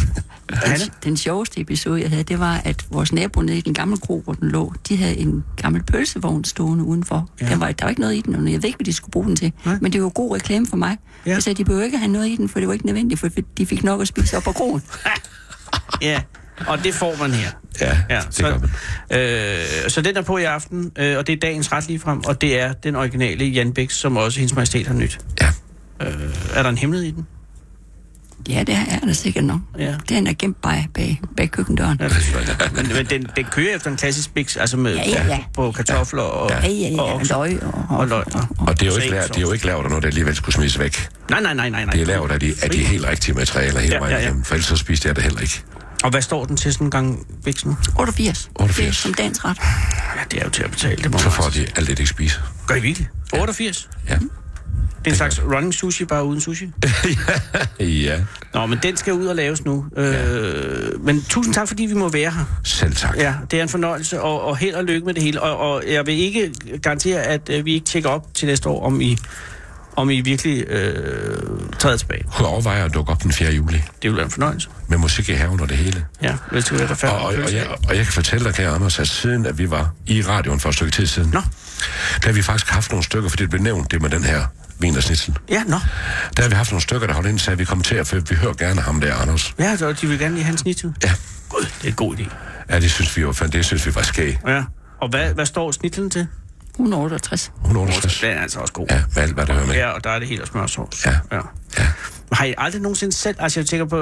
Den sjoveste episode, jeg havde, det var, at vores nabo nede i den gamle kro, hvor den lå, de havde en gammel pølsevogn stående udenfor. Ja. Der var ikke noget i den, og jeg ved ikke, hvad de skulle bruge den til. Nej. Men det var god reklame for mig. Ja. Jeg sagde, de behøver ikke have noget i den, for det var ikke nødvendigt, for de fik nok at spise op på kroen. Ja, og det får man her. Ja, det gør man. Så den er på i aften, og det er dagens ret lige frem, og det er den originale Jan Bix, som også Hendes Majestæt har nyt. Ja. Er der en hemmelighed i den? Ja, det er der sikkert nok. Ja. Den er gemt bag køkkendøren. Ja, men den kører efter en klassisk Bix, altså med på kartofler og løg. Og det er jo ikke lavet af noget, der alligevel skulle smides væk. Nej. Det er lavet af de helt rigtige materialer hele vejen igennem, for ellers så spiste jeg det heller ikke. Og hvad står den til sådan en gang Bix nu? 88. Det er som dagens ret. Ja, det er jo til at betale. Det må så får de alt det, ikke spise. Gør I virkelig? 88? Ja. Det er en slags running sushi, bare uden sushi? Ja. Nå, men den skal ud og laves nu. Men tusind tak, fordi vi må være her. Selv tak. Ja, det er en fornøjelse, og held og lykke med det hele. Og jeg vil ikke garantere, at vi ikke tjekker op til næste år, om I virkelig træder tilbage. Kunne overveje at dukke op den 4. juli. Det vil være en fornøjelse. Med musik i haven og det hele. Ja, det skal være der færdigt. Og jeg kan fortælle dig, kære Anders, at siden at vi var i radioen for et stykke tid siden, der har vi faktisk haft nogle stykker, fordi det blev nævnt, det med den her Wiener Schnitzel. Ja, Der har vi haft nogle stykker, der holdt ind, så vi kommer til at vi hører gerne ham der, Anders. Ja, så de vil gerne lide hans schnitzel. Ja. God, det er en god idé. Ja, det synes vi var skæg. Ja. Og hvad står schnitzelen til? 168. 168. Den er altså også god. Ja, med alt, hvad der hører med. Ja, og der er det helt af smørsovs. Ja. Har I aldrig nogensinde selv, altså jeg tænker på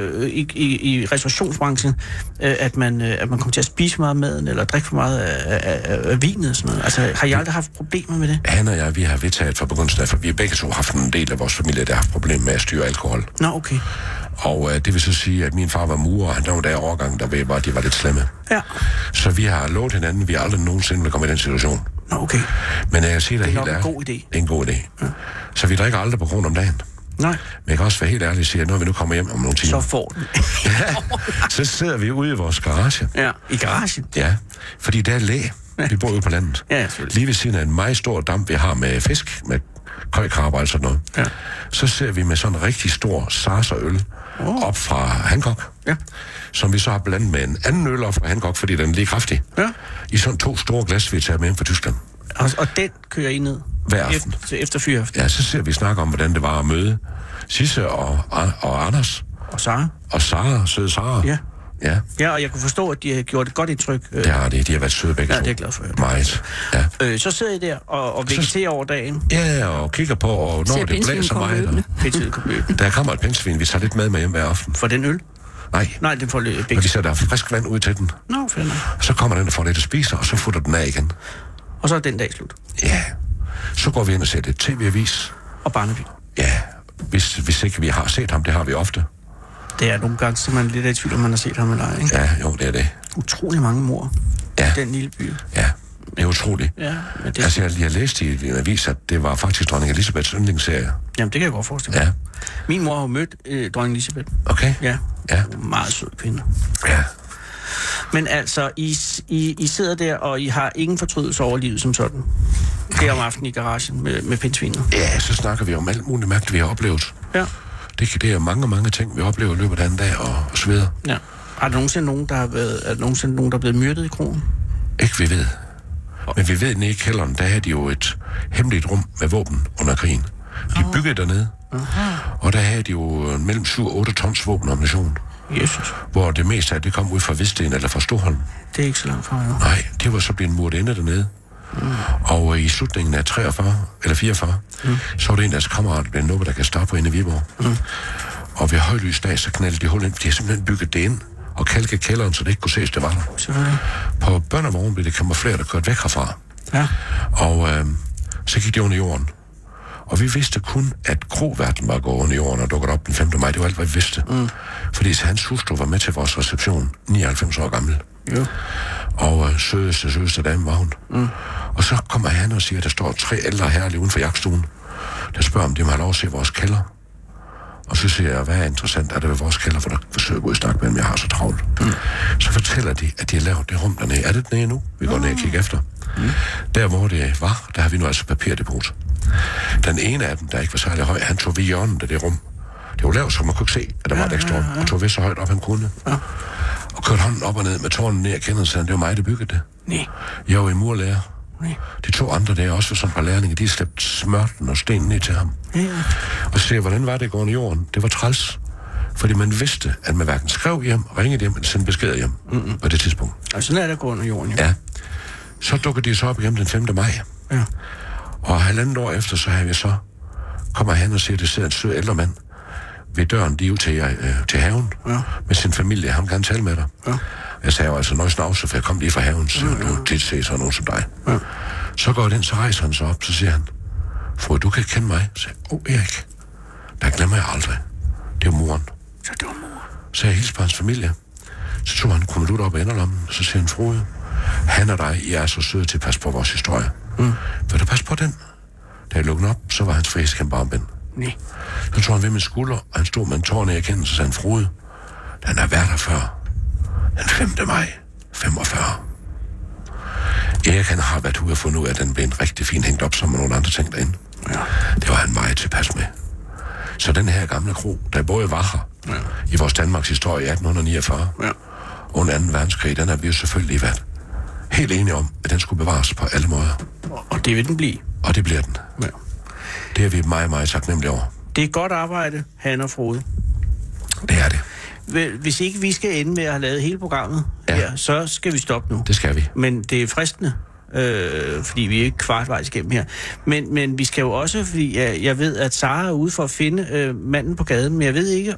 i restaurationsbranchen, at man kommer til at spise meget maden, eller drikke for meget af vinet og sådan noget? Altså har I aldrig haft problemer med det? Han og jeg, vi har vedtaget fra begyndelsen af, for vi har begge to haft en del af vores familie, der har haft problemer med at styre alkohol. Nå, okay. Og det vil så sige, at min far var murer, og han var der overgang, der ved, at de var lidt slemme. Ja. Så vi har lovet hinanden, vi aldrig nogensinde vil komme i den situation. Nå, okay. Men jeg siger dig helt ærligt. Det er en god idé. Ja. Så vi drikker aldrig på kronen om dagen. Nej. Men jeg kan også være helt ærlig og sige, at når vi nu kommer hjem om nogle timer... Så får den. Så sidder vi ude i vores garage. Ja, i garagen? Ja, fordi der er læ. Vi bor ude på landet. Ja, selvfølgelig. Lige ved siden af en meget stor damp, vi har med fisk, med køjkrabber og sådan noget. Ja. Så ser vi med sådan en rigtig stor sarserøl op fra Hancock. Ja. Som vi så har blandet med en anden øl op fra Hancock, fordi den er lige kraftig. Ja. I sådan 2 store glas, vi tager med hjem fra Tyskland. Og den kører I ned? Hver aften. Efter fyraften? Ja, så ser vi snakke om, hvordan det var at møde Sisse og Anders. Og Sara. Og Sara, søde Sara. Ja. Ja. Ja, og jeg kunne forstå, at de har gjort et godt indtryk. Ja, de har været søde begge to. Ja, det er jeg glad for. Meget, ja. Så sidder I der og vegeterer over dagen. Ja, og kigger på, og når det blæser meget. Der kommer et pindsvin, vi tager lidt med hjem hver aften. For den øl? Nej, den får lidt. Men vi sætter frisk vand ud til den. Nå, fedt. Så kommer den og får lidt at spise, og så futter den af igen. Og så er den dag slut? Ja. Så går vi ind og ser lidt tv-avis. Og Barnaby? Ja, hvis ikke vi har set ham, det har vi ofte. Det er nogle gange, så man er lidt i tvivl, om man har set ham eller ej, ikke? Ja, jo, det er det. Utrolig mange mor. Ja. Den lille by. Ja, det er utroligt. Ja, men det... Altså, jeg læste i en avis, at det var faktisk dronning Elisabeths yndlingsserie. Jamen, det kan jeg godt forestille mig. Ja. Min mor har mødt dronning Elisabeth. Okay. Ja. Meget sød kvinde. Ja. Men altså, I sidder der, og I har ingen fortrydelse over livet som sådan. Det er om aftenen i garagen med pindsvinet. Ja, så snakker vi om alt muligt mærkeligt, vi har oplevet. Ja. Det er mange ting, vi oplever i løbet af den dag og så videre. Ja. Er der nogensinde nogen, der er blevet myrdet i krogen? Ikke vi ved. Men vi ved, nede i kælderen, der er de jo et hemmeligt rum med våben under krigen. De byggede dernede. Og der havde de jo mellem 7 og 8 tons våbenammunition. Jesus. Hvor det meste af det kom ud fra Hvidsten eller fra Storholm. Det er ikke så langt fra, jo. Nej, det var så blevet muret inde dernede. Og i slutningen af 44, så var det en af deres kammerater, der blev nuppet, der kan starte på inde i Viborg. Og ved højlys dag, så knaldede de hul ind, de har simpelthen bygget det ind og kalket kælderen, så det ikke kunne ses, det var der. På børnevognen blev det kamufleret og kørt væk herfra. Ja. Og så gik de under jorden. Og vi vidste kun, at Kroværten var gået under jorden og dukket op den 5. maj. Det var alt, hvad vi vidste. Fordi hans hustru var med til vores reception, 99 år gammel. Ja. Og sødeste dame var hun. Og så kommer han og siger, at der står 3 ældre herrer lige uden for jagtstuen. Der spørger, om de må have lov at se vores kælder. Og så siger jeg, hvad er interessant, er det ved vores kælder, for der forsøger at gå i snak med dem, jeg har så travlt. Så fortæller de, at de har lavet det rum dernede. Er det dernede nu? Vi går ned og kigger efter. Der hvor det var, der har vi nu altså papirdepot. Den ene af dem, der ikke var særlig høj, han tog ved hjørnet af det rum. Det var lavt, så man kunne ikke se, at der var et ekstra. Og tog ved så højt op, han kunne. Ja. Og kørte hånden op og ned med tårnen ned og kendte sig, det var mig, der byggede det. Nej. Jeg var i murlærer. Nej. De 2 andre der, også som par lærlinge, de slæbte smørten og stenen ned til ham. Ja. Og så hvordan var det gående i jorden? Det var træls. Fordi man vidste, at man hverken skrev hjem, ringede hjem, eller sendte beskeder hjem på det tidspunkt. Og sådan er det gående i jorden, ja. Ja. Så dukkede de så op hjem den 5. maj. Ja. Og 1,5 år efter, så havde vi så, kommer han og siger, at det sidder en sød ældre mand ved døren lige ud til haven med sin familie. Han kan tale med dig. Ja. Jeg sagde jo altså noget snavse, for jeg kom lige fra haven, så du tit se sådan nogen som dig. Ja. Så går den, så rejser han sig op, så siger han, Frode, du kan ikke kende mig. Så siger Erik, der glemmer jeg aldrig. Det er moren. Så det var mor. Så jeg hilste på hans familie. Så tog han en kommenut op af enderlommen, så siger han, Frode, han og dig, I er så søde til at passe på vores historie. Vil du passe på den? Da jeg lukkede op, så var hans frihedskæmpe armbind. Nej. Så tog han ved min skulder, og han stod med en tårn i erkendelse, så sagde han, Frode, den har været der før. Den 5. maj, 45. Erik, han har været ude og fundet ud af, at den blev en rigtig fin hængt op, som med nogle andre ting derinde. Ja. Det var han meget tilpas med. Så den her gamle kro, der både var her i vores Danmarks historie i 1849, under 2. verdenskrig, den har vi jo selvfølgelig været helt enige om, at den skulle bevares på alle måder. Og det vil den blive. Og det bliver den. Ja. Det er vi meget, meget taknemmelige over. Det er godt arbejde, Hanne og Frode. Det er det. Hvis ikke vi skal ende med at have lavet hele programmet her, så skal vi stoppe nu. Det skal vi. Men det er fristende, fordi vi er ikke kvartvejs igennem her. Men vi skal jo også, fordi jeg ved, at Sara er ude for at finde manden på gaden, men jeg ved ikke,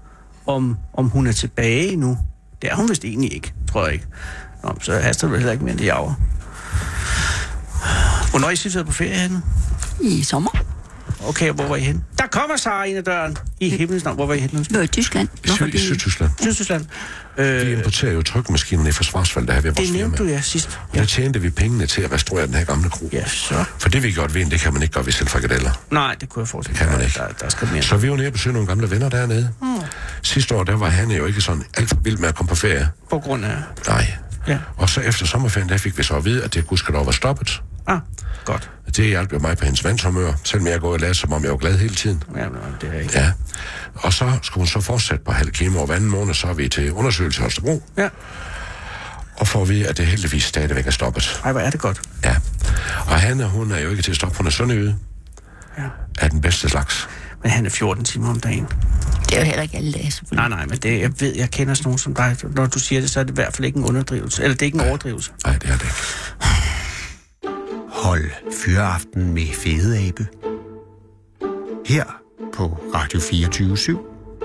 om hun er tilbage nu. Det er hun vist egentlig ikke, tror jeg ikke. Nå, så haster du heller ikke mere end det jager. Hvornår er I sidst på ferie henne? I sommer. Okay, hvor var I henne? Der kommer Sara ind ad døren. I himlens navn. Hvor var I henne? Det var i Tyskland. I Sydtyskland. Sydtyskland. Vi importerer jo trykmaskinerne i forsvarsfald, der har vi vores firma. Det nævnte du, ja, sidst. Og der tjente vi pengene til at restaurere den her gamle kro. Ja, så. For det vi gjort ved det kan man ikke gøre ved selv frikadeller. Nej, det kunne jeg forestille. Det kan man ikke. Der skal mere. Så vi var nede og besøgte nogle gamle venner dernede. Sidste år, der var han jo ikke sådan alt for vild med at komme på ferie. På grund af? Nej. Ja. Og så efter sommerferien, der fik vi så at vide, at det gudskelov var stoppet. Godt. Det hjalp jo mig på hendes vandshumør, selvom jeg går og lader, som om jeg var glad hele tiden. Ja, det er ikke. Ja. Og så skulle hun så fortsætte på halv kemo, og hver anden måned, så er vi til undersøgelse i Holstebro. Ja. Og får vi, at det heldigvis stadigvæk er stoppet. Ej, hvor er det godt. Ja. Og Hanne, hun er jo ikke til at stoppe, hun er sønderjyde. Ja. Er den bedste slags. Men han er 14 timer om dagen. Det er jo heller ikke alle dage, selvfølgelig. Nej, men det, jeg kender sådan nogen som dig. Når du siger det, så er det i hvert fald ikke en underdrivelse. Eller det er ikke en overdrivelse. Nej, det er det ikke. Hold Fyraften med Fede Abe. Her på Radio 24/7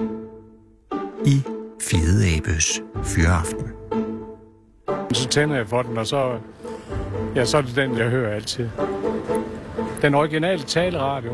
i Fede Abes Fyraften. Så tænder jeg for den, og så er det den, jeg hører altid. Den originale taleradio.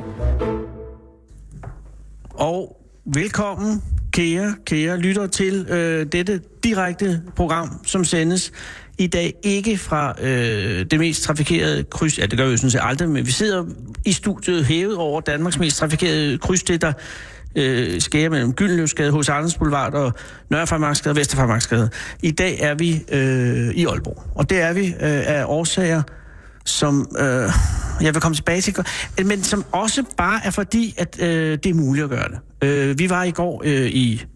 Og velkommen, kære lytter til dette direkte program, som sendes i dag ikke fra det mest trafikerede kryds. Ja, det gør vi jo sådan set aldrig, men vi sidder i studiet hævet over Danmarks mest trafikerede kryds, det der skærer mellem Gyldenløvsgade, H.C. Andersens Boulevard og Nørrefarmarksgade og Vesterfarmarksgade. I dag er vi i Aalborg, og det er vi af årsager, som jeg vil komme tilbage til, men som også bare er fordi, at det er muligt at gøre det. Vi var i går i...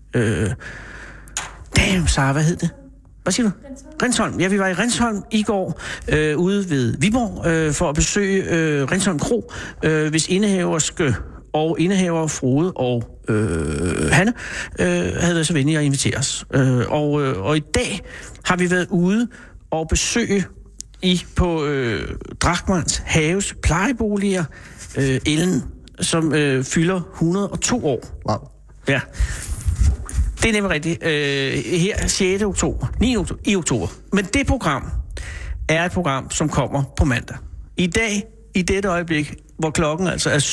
Sarah, hvad hed det? Hvad siger du? Rindsholm. Ja, vi var i Rindsholm i går ude ved Viborg for at besøge Rindsholm Kro, hvis indehaverske og indehaver Frode og Hanne havde været så venlige at invitere os. Og i dag har vi været ude og besøge på Drachmanns Haves plejeboliger Ellen, som fylder 102 år. Wow. Ja. Det er nemlig rigtigt. Her 6. oktober, 9. oktober, i oktober. Men det program er et program, som kommer på mandag. I dag, i dette øjeblik, hvor klokken altså er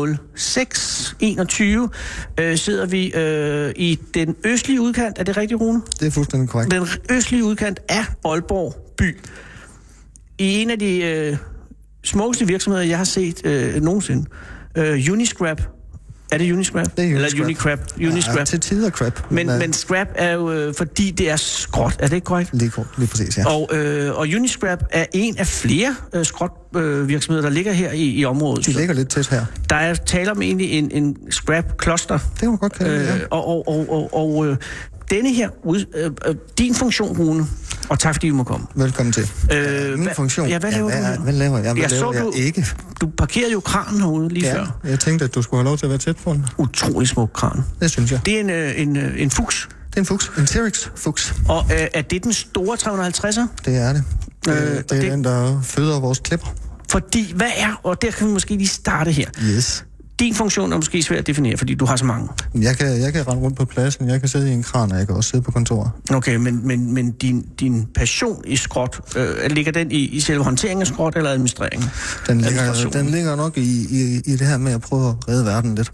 17.06.21, sidder vi i den østlige udkant. Er det rigtigt, Rune? Det er fuldstændig korrekt. Den østlige udkant af Aalborg by. I en af de smukkeste virksomheder, jeg har set nogensinde. Uniscrap Er det Uniscrap? Det er Eller Unicrap? Uniscrap. Ja, til tider crap. Men scrap er jo, fordi det er skrot. Er det ikke korrekt? Lige præcis, ja. Og Uniscrap er en af flere skrotvirksomheder, der ligger her i området. De ligger lidt tæt her. Der er tale om egentlig en scrap-cluster. Det kan man godt kalde det, ja. Og denne her, din funktion, Rune, og tak fordi du må komme. Velkommen til. Min funktion? Ja, hvad laver du? Hvad laver jeg? Hvad laver jeg ikke? Du parkerede jo kranen herude lige før. Jeg tænkte, at du skulle have lov til at være tæt på den. Utrolig smuk kran. Det synes jeg. Det er en Fuchs. Det er en Fuchs. En Terex Fuchs. Og er det den store 350'er? Det er det. Det er den, der føder vores klipper. Fordi, hvad er, og der kan vi måske lige starte her. Yes. Din funktion er måske svært at definere, fordi du har så mange. Jeg kan rende rundt på pladsen, jeg kan sidde i en kran, og jeg kan også sidde på kontoret. Okay, men din passion i skrot, ligger den i selve håndteringen af skrot eller administreringen? Den ligger nok i det her med at prøve at redde verden lidt.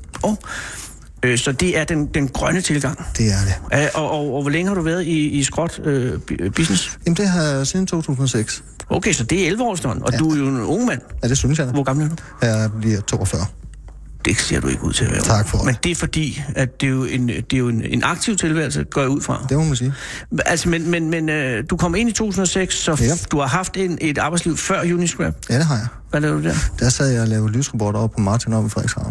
Så det er den grønne tilgang? Det er det. Og hvor længe har du været i skrot business? Jamen det har jeg siden 2006. Okay, så det er 11 år snart, og du er jo en ung mand. Ja, det synes jeg. Hvor gammel er du? Jeg bliver 42. Det ser du ikke ud til at være. Tak for det. Men det er fordi, at det er jo en aktiv tilværelse, går jeg ud fra. Det må man sige. Altså, men du kom ind i 2006, så du har haft et arbejdsliv før Uniscrap. Ja, det har jeg. Hvad lavede du der? Der sad jeg og lavede lysrobotter op på Martin oppe i Frederikshavn.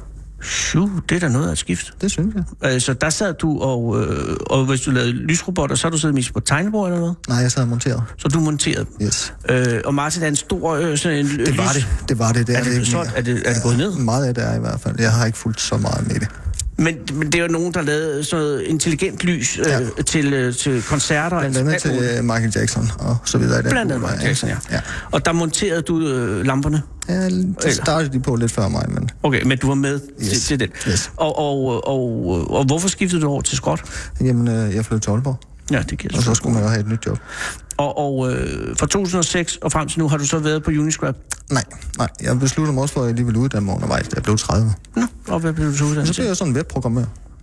Det er da noget af et skift. Det synes jeg. Så der sad du, og hvis du lavede lysrobotter, så har du siddet mest på tegnebord eller hvad? Nej, jeg sad og monteret. Så du monterede? Yes. Og Martin er en stor sådan en Det var det. Er det gået ned? Meget af det er i hvert fald. Jeg har ikke fulgt så meget med det. Men det er jo nogen, der lavede sådan noget intelligent lys til koncerter. Blandt andet til Michael Jackson og så videre. Blandt andet Michael Jackson, ja. Og der monterede du lamperne? Ja, det startede de på lidt før mig, men... Okay, men du var med til den. Yes. Og hvorfor skiftede du over til skrot? Jamen, jeg flyttede til Aalborg. Ja, det giver. Og så skulle man jo have et nyt job. Og fra 2006 og frem til nu, har du så været på Uniscrap? Nej. Jeg besluttede mig også for, at jeg lige ville uddanne mig undervejs. Jeg blev 30. Nå, og hvad blev du så uddannet til? Så blev jeg sådan en webprogrammør.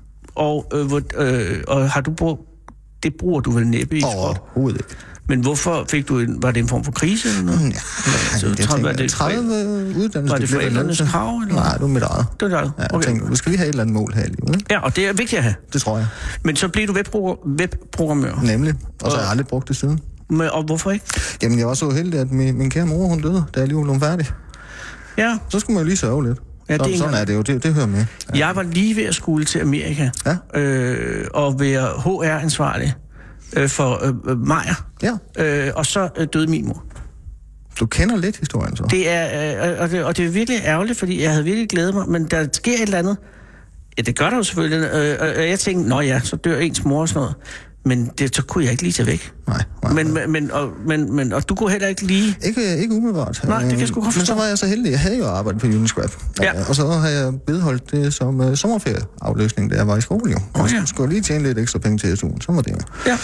Og har du brugt... Det bruger du vel næppe i skrot? Overhovedet ikke. Men hvorfor fik du var det en form for krise eller noget? Ja, 30 uddannelser. Var det forældrenes krav? Eller? Nej, det var mit eget. Det var dit eget? Ja, jeg tænkte, vi skal lige have et eller andet mål her i livet. Ja, og det er vigtigt at have. Det tror jeg. Men så blev du webprogrammør? Nemlig. Og så har jeg aldrig brugt det siden. Og hvorfor ikke? Jamen, jeg var så heldig, at min kære mor, hun døde, da jeg lige blev færdig. Ja. Så skulle man jo lige sørge lidt. Ja, sådan er det jo, det hører med. Ja. Jeg var lige ved at skole til Amerika, og være HR-ansvarlig for Majer. Ja. Og så døde min mor. Du kender lidt historien så? Det er, og det er virkelig ærgerligt, fordi jeg havde virkelig glædet mig, men der sker et eller andet. Ja, det gør der jo selvfølgelig. Og jeg tænkte, så dør ens mor og sådan noget. Men så kunne jeg ikke lige tage væk. Nej. Og du kunne heller ikke lige... Ikke umiddelbart. Nej, det kan jeg sgu godt forstå. Men så var jeg så heldig. Jeg havde jo arbejdet på Uniscrap. Ja. Og så har jeg vedholdt det som sommerferieafløsning, da jeg var i skole jo. Og så skulle jeg lige tjene lidt ekstra penge til SU'en. Så var det jo. Ja.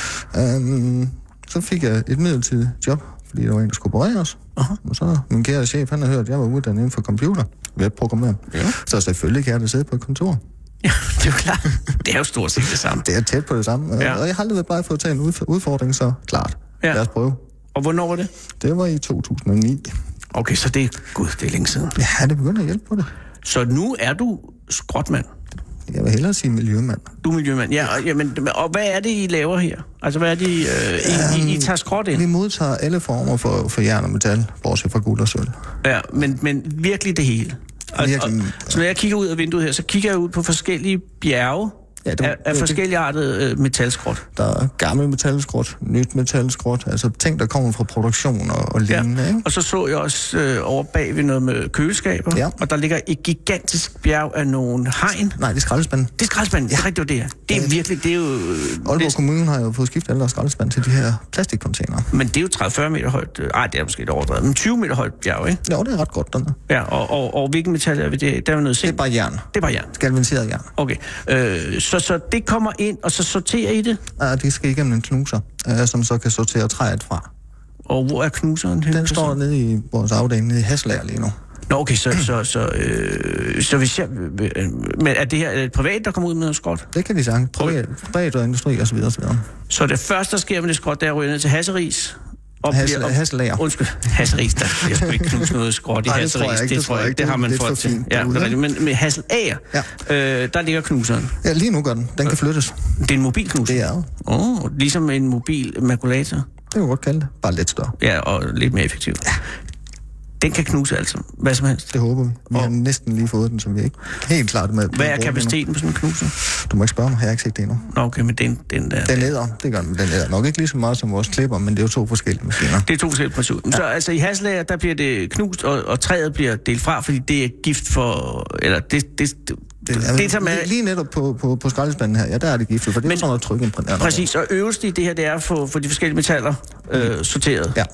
Så fik jeg et midlertidigt job, fordi der var en, der skulle opereres. Og så min kære chef, han har hørt, at jeg var uddannet inden for computer. Webprogrammør. Ja. Så selvfølgelig kan jeg da sidde på et kontor. Ja, det er jo klart. Det er jo stort set det samme. Det er tæt på det samme. Ja. Og jeg har aldrig været bare for at tage en udfordring, så klart. Ja. Lad os prøve. Og hvornår var det? Det var i 2009. Okay, så det er længe siden. Ja, det begynder at hjælpe på det. Så nu er du skrotmand? Jeg vil hellere sige miljømand. Du er miljømand, ja. Og hvad er det, I laver her? Altså, hvad er det, I tager skrot ind? Vi modtager alle former for jern og metal, bortset fra guld og sølv. Ja, men virkelig det hele. Så når jeg kigger ud af vinduet her, så kigger jeg ud på forskellige bjerge af forskelligartet metalskrot. Der er gammel metalskrot, nyt metalskrot, altså ting, der kommer fra produktion og lignende. Ikke? Og så jeg også over bag ved noget med køleskaber, og der ligger et gigantisk bjerg af nogle hegn. Nej, det er skraldespanden. Det er skraldespanden, det er rigtigt, det er. Det er virkelig, det er jo... Aalborg Kommune har jo fået skiftet alle deres skraldespand til de her plastikcontainere. Men det er jo 30-40 meter højt. Ej, det er måske et overdrevet, men 20 meter højt bjerg, ikke? Ja, det er ret godt, dernede. Ja, og hvilken metal er det? Der er noget det er bare jern. Det er bare jern. Galvaniseret jern. Okay. Så det kommer ind, og så sorterer I det? Ja, det skal igennem en knuser, som så kan sortere træet fra. Og hvor er knuseren? Den står nede i vores afdeling, nede i Haslager lige nu. Nå, okay, så hvis jeg... Men er det her privat, der kommer ud med noget skrot? Det kan de sige. Privat og industri og så videre. Så det første, der sker med det skrot, det er at ryge ned til Hasseris, Hasselager. Undskyld, Hasseris, der bliver sgu ikke knust noget skråt i Hasseris. Det tror jeg ikke. Det har man fået til. Ja, men med Hasselager, der ligger knuseren. Ja, lige nu gør den. Den kan flyttes. Det er en mobil knuser? Det er det. Ligesom en mobil makulator? Det kan du godt kalde det. Bare lidt større. Ja, og lidt mere effektivt. Ja. Den kan knuse altså. Hvad som helst. Det håber vi. Vi har næsten lige fået den, som vi ikke helt klart med. Hvad er kapaciteten på sådan en knuser? Du må ikke spørge mig, jeg har ikke set det endnu. Nå, okay, men den der... Den æder, det gør den. Den æder nok ikke lige så meget som vores klipper, men det er jo 2 forskellige maskiner. Det er 2 forskellige maskiner. Ja. Så altså i Hasselager, der bliver det knust, og træet bliver delt fra, fordi det er gift for... Eller det som er... Lige netop på skraldespanden her, der er det giftet, for det er sådan noget trykimprægneret. Præcis, og øverst i det her, det er for de forskellige metaller sorteret. Ja.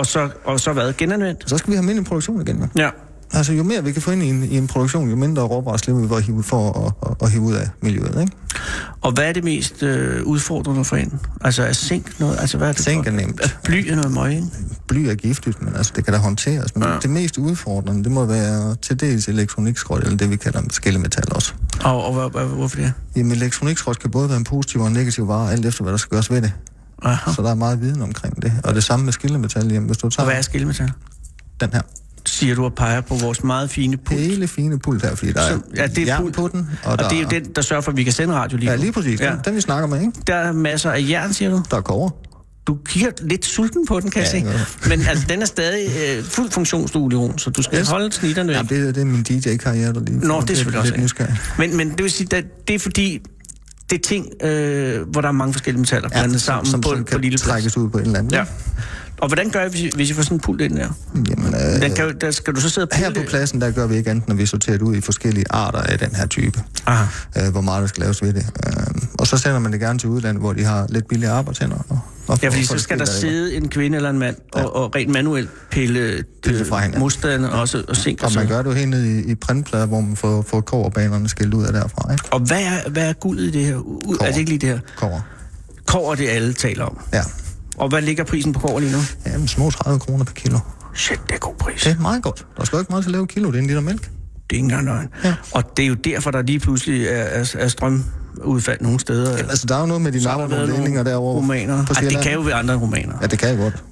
Og så hvad? Genanvendt? Så skal vi have mindre produktion igen. Ja. Altså, jo mere vi kan få ind i en produktion, jo mindre råvarer slipper vi for at hive ud af miljøet, ikke? Og hvad er det mest udfordrende for en? Altså, er zink noget? Altså, hvad er det zink er nemt. Bly er noget møg, ikke? Bly er giftigt, men altså, det kan da håndteres. Men det mest udfordrende, det må være til dels elektronikskrot, eller det, vi kalder skillemetal også. Og hvorfor det? Jamen, elektronikskrot kan både være en positiv og en negativ vare, alt efter, hvad der skal gøres ved det. Aha. Så der er meget viden omkring det. Og det samme med skillemetal. Jamen, hvis du tager... Og hvad er skillemetal? Den her. Siger du og peger på vores meget fine pult. Hele fine pult her, fordi der er jern på den. Og det er jo den, der sørger for, at vi kan sende radio lige nu. Ja, lige præcis. Ja. Den vi snakker med, ikke? Der er masser af jern, siger du? Der er kobber. Du kigger lidt sulten på den, kan jeg se. Men altså, den er stadig fuldt funktionsduelig, så du skal holde snitterne. Ja, det er min DJ-karriere, der lige... Nå, det er selvfølgelig også. Men det vil sige, at det er fordi... Det er ting, hvor der er mange forskellige metaller blandet sammen som på lille plads. Trækkes ud på en eller anden. Ja. Og hvordan gør jeg, hvis I får sådan en pult ind der? Jamen, der skal du så sidde og pulte? Her på pladsen, der gør vi ikke andet, når vi sorterer ud i forskellige arter af den her type. Hvor meget der skal laves ved det. Og så sender man det gerne til udlandet, hvor de har lidt billige arbejdshænder. Ja, fordi så skal der sidde en kvinde eller en mand og rent manuelt pille modstanderne også og zink. Og man gør det jo helt ned i printplader, hvor man får kobberbanerne skilt ud af derfra. Ikke? Og hvad er guld i det her? Er det ikke lige det her? Kobber. Kobber, det alle taler om. Ja. Og hvad ligger prisen på kobber lige nu? Jamen, små 30 kroner per kilo. Shit, det er god pris. Det er meget godt. Der skal jo ikke meget til at lave kilo, det er en liter mælk. Det er ikke engang løgn. Ja. Og det er jo derfor, der lige pludselig er strømudfald nogle steder. Ja, altså, der er jo noget med de navneledninger derovre. Romaner. Det kan jo være andre romaner. Ja, det kan jeg godt.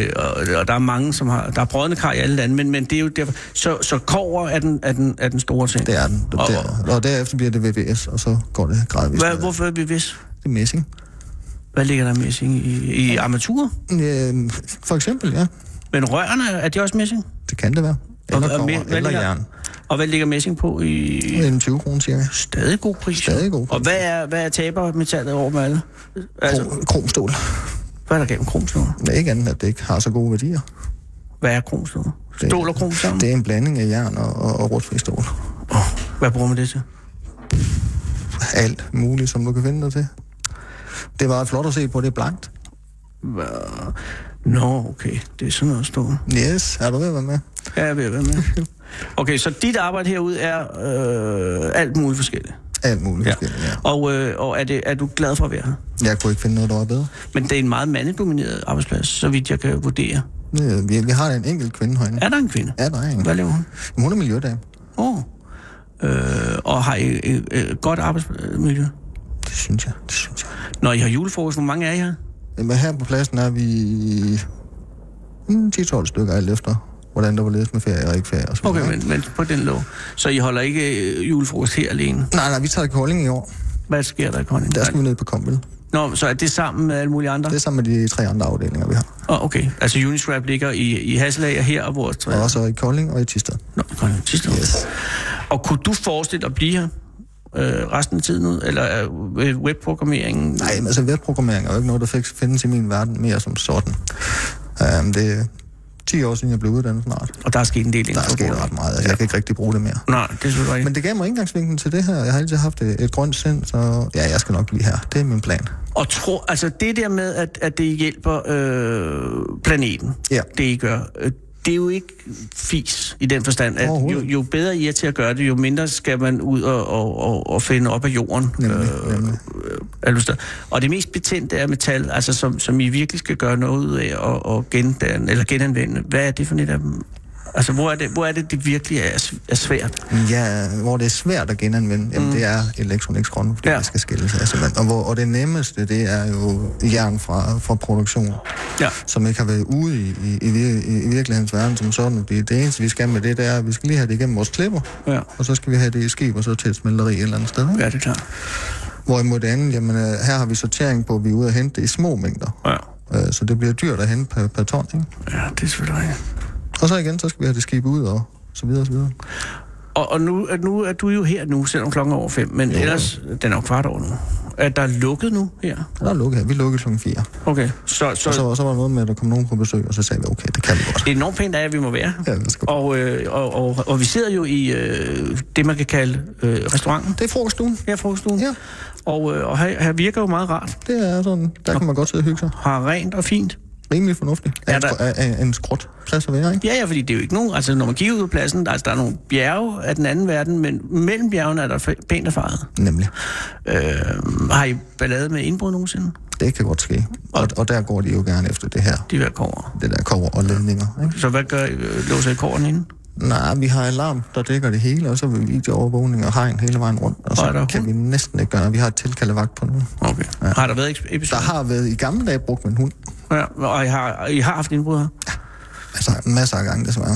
Og der er mange, som har... Der er brødende kar i alle lande, men det er jo derfor... Så kobber er den store ting. Det er den. Og derefter bliver det VVS, og så går det gradvist. Hvorfor er VVS? Det er messing. Hvad ligger der messing i armaturer? For eksempel, ja. Men rørene, er de også messing? Det kan det være. Eller jern. Og hvad ligger messing på i... 20 kroner cirka. Stadig god pris. Stadig god pris. Og hvad er tabermetallet over med alle? Altså, kromstål. Hvad er der gennem kromstål? Det er ikke andet, at det ikke har så gode værdier. Hvad er kromstål? Stål og krom sammen? Det er en blanding af jern og rustfri stål. Hvad bruger man det til? Alt muligt, som du kan finde dig til. Det var flot at se på, det er blankt. Nå, okay. Det er sådan noget stål. Yes, er du ved at være med? Ja, jeg er ved at være med. Okay, så dit arbejde herude er alt muligt forskelligt? Alt muligt forskelligt, ja. Og er du glad for at være her? Jeg kunne ikke finde noget, der var bedre. Men det er en meget mandedomineret arbejdsplads, så vidt jeg kan vurdere. Vi har en enkelt kvinde herinde. Er der en kvinde? Ja, der er en. Hvad laver hun? Hun er miljødame. Og har I et godt arbejdsmiljø? Det synes jeg. Når I har julefrokost, hvor mange er I her? Jamen her på pladsen er vi 10-12 stykker alt efter, hvordan der var ledes med ferie og ikke ferie. Og så okay, men på den lov. Så I holder ikke julefrokost her alene? Nej, vi tager i Kolding i år. Hvad sker der i Kolding? Der skal vi ned på Kombel. Nå, så er det sammen med alle mulige andre? Det er sammen med de 3 andre afdelinger, vi har. Okay. Altså Uniswrap ligger i Hasselager her, og vores 3... Og også i Kolding og i Thisted. Nå, Kolding og Thisted. Yes. Og kunne du forestille at blive her resten af tiden ud? Eller webprogrammeringen? Nej, men altså webprogrammering er jo ikke noget, der findes i min verden mere som sådan. Det er 10 år siden, jeg blev uddannet snart. Og der er sket en del. Der er sket ret meget. Altså, jeg kan ikke rigtig bruge det mere. Nej, det er selvfølgelig ikke. Men det gav mig indgangsvinklen til det her. Jeg har altid haft et grønt sind, så ja, jeg skal nok blive her. Det er min plan. Og altså det der med, at det hjælper planeten, det I gør, det er jo ikke fis i den forstand, at jo bedre I er til at gøre det, jo mindre skal man ud og finde op af jorden. Nemlig. Og det mest betændte er metal, altså som I virkelig skal gøre noget ud af og genanvende. Hvad er det for et af dem? Altså, hvor er det virkelig er svært? Ja, hvor det er svært at genanvende, jamen det er elektronikskronen, fordi det skal skilles. Altså, og det nemmeste, det er jo jern fra produktion, som ikke har været ude i virkelighedens verden som sådan. Det eneste, vi skal med det er, at vi skal lige have det igennem vores klipper, og så skal vi have det i skib, og så til et smelteri et eller andet sted. Ja, det er klart. Hvorimod det andet, jamen her har vi sortering på, at vi er ude at hente det i små mængder. Ja. Så det bliver dyrt at hente per ton, ikke? Ja, det er selvfølgelig rigtigt. Og så igen, så skal vi have det skib ud, og så videre, og så videre. Og nu er du jo her nu, selvom klokken er over 5, men ellers, den er jo kvart over nu. Er der lukket nu her? Der er lukket her. Vi lukkede klokken 4. Okay. Så var der noget med, at der kom nogen på besøg, og så sagde vi, okay, det kan vi godt. Det er enormt pænt, at vi må være. Ja, det skal og vi sidder jo i det, man kan kalde restauranten. Det er frokoststuen. Ja, frokoststuen. Ja. Og her virker jo meget rart. Det er sådan, der kan man godt sidde og hygge sig. Har rent og fint. Rimelig fornuftigt. En skråt plads at være, ikke? Ja, fordi det er jo ikke nogen... Altså, når man kigger ud på pladsen, der er nogle bjerge af den anden verden, men mellem bjergene er der pænt erfaret. Nemlig. Har I ballade med indbrud nogensinde? Det kan godt ske. Og der går de jo gerne efter det her. De der kover. Det der kover og ledninger, ikke? Så hvad gør I? Låser I koveren inde? Nej, vi har alarm, der dækker det hele, og så vil vi videoovervågning og hegn hele vejen rundt. Og så kan vi næsten ikke gøre, vi har et tilkaldevagt på nu. Okay. Ja. Har der været episoder? Der har været i gamle dage brugt med en hund. Ja, og I har haft indbrud her? Ja, altså masser af gange desværre.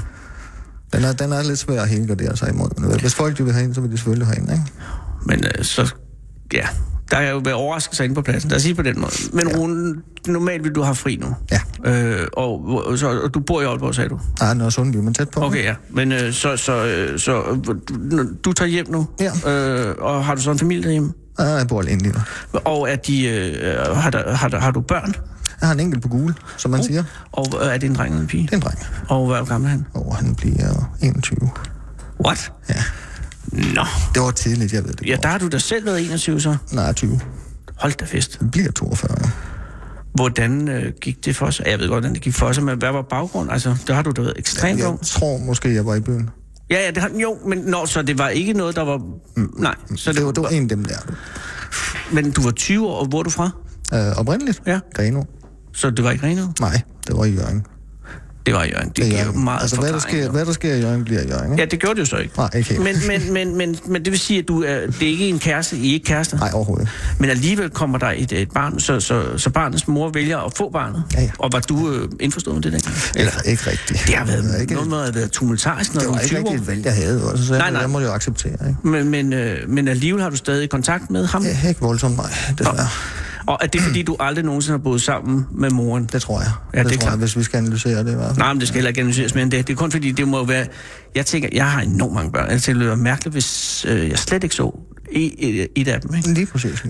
Den er lidt svær at helgardere sig imod. Hvis folk vil have en, så vil de selvfølgelig have en, ikke? Men så, ja, der er jo været overraskelser inde på pladsen. Lad os sige på den måde. Men Rune, normalt vil du have fri nu. Ja. Og du bor i Aalborg, sagde du? Nej, Nørre Sundby, men tæt på. Okay, ja. Men så du tager hjem nu? Ja. Og har du så en familie derhjemme? Ja, jeg bor alene lige nu. Og er de, har du børn? Jeg har en enkelt på gule, som man siger. Og er det en dreng eller en pige? Det er en dreng. Og hvad gammel er han? Han bliver 21. What? Ja. Nå. Det var tidligt, jeg ved det. Ja, der har du da selv været 21 så? Nej, 20. Hold da fest. Det bliver 42. Hvordan gik det for sig? Jeg ved godt, hvordan det gik for sig, men hvad var baggrund? Altså, der har du da været ekstremt ung. Jeg tror måske, jeg var i byen. Ja, det har jo, men så det var ikke noget, der var... Nej. Så det var en af dem der. Men du var 20 år, og hvor er du fra? Oprindeligt? Ja. Grenaa. Så det var ikke Grenaa? Nej, det var i Hjørring. Det var i Hjørring. Det giver jo meget altså, hvad der sker i Hjørring, bliver i Hjørring, ikke? Ja, det gjorde det jo så ikke. Nej, ikke helt. Men det vil sige, at det er ikke en kæreste, I er ikke kærester? Nej, overhovedet. Men alligevel kommer der et barn, så barnets mor vælger at få barnet? Ja. Og var du indforstået med det dengang? Eller ikke rigtigt. Det har været noget med at være tumultarisk, når du er 20 år. Det var ikke rigtigt et valg, jeg havde, så nej. Jeg må det jo acceptere, ikke? Men alligevel har du stadig kontakt med ham? Ja, ikke voldsomt, nej, desværre. Og er det fordi, du aldrig nogensinde har boet sammen med moren? Det tror jeg. Ja, det tror jeg, hvis vi skal analysere det. Nej, men det skal heller ikke analyseres mere end det. Det er kun fordi, det må være... Jeg tænker, jeg har enormt mange børn. Altså, det ville være mærkeligt, hvis jeg slet ikke så et af dem, ikke? Lige præcis.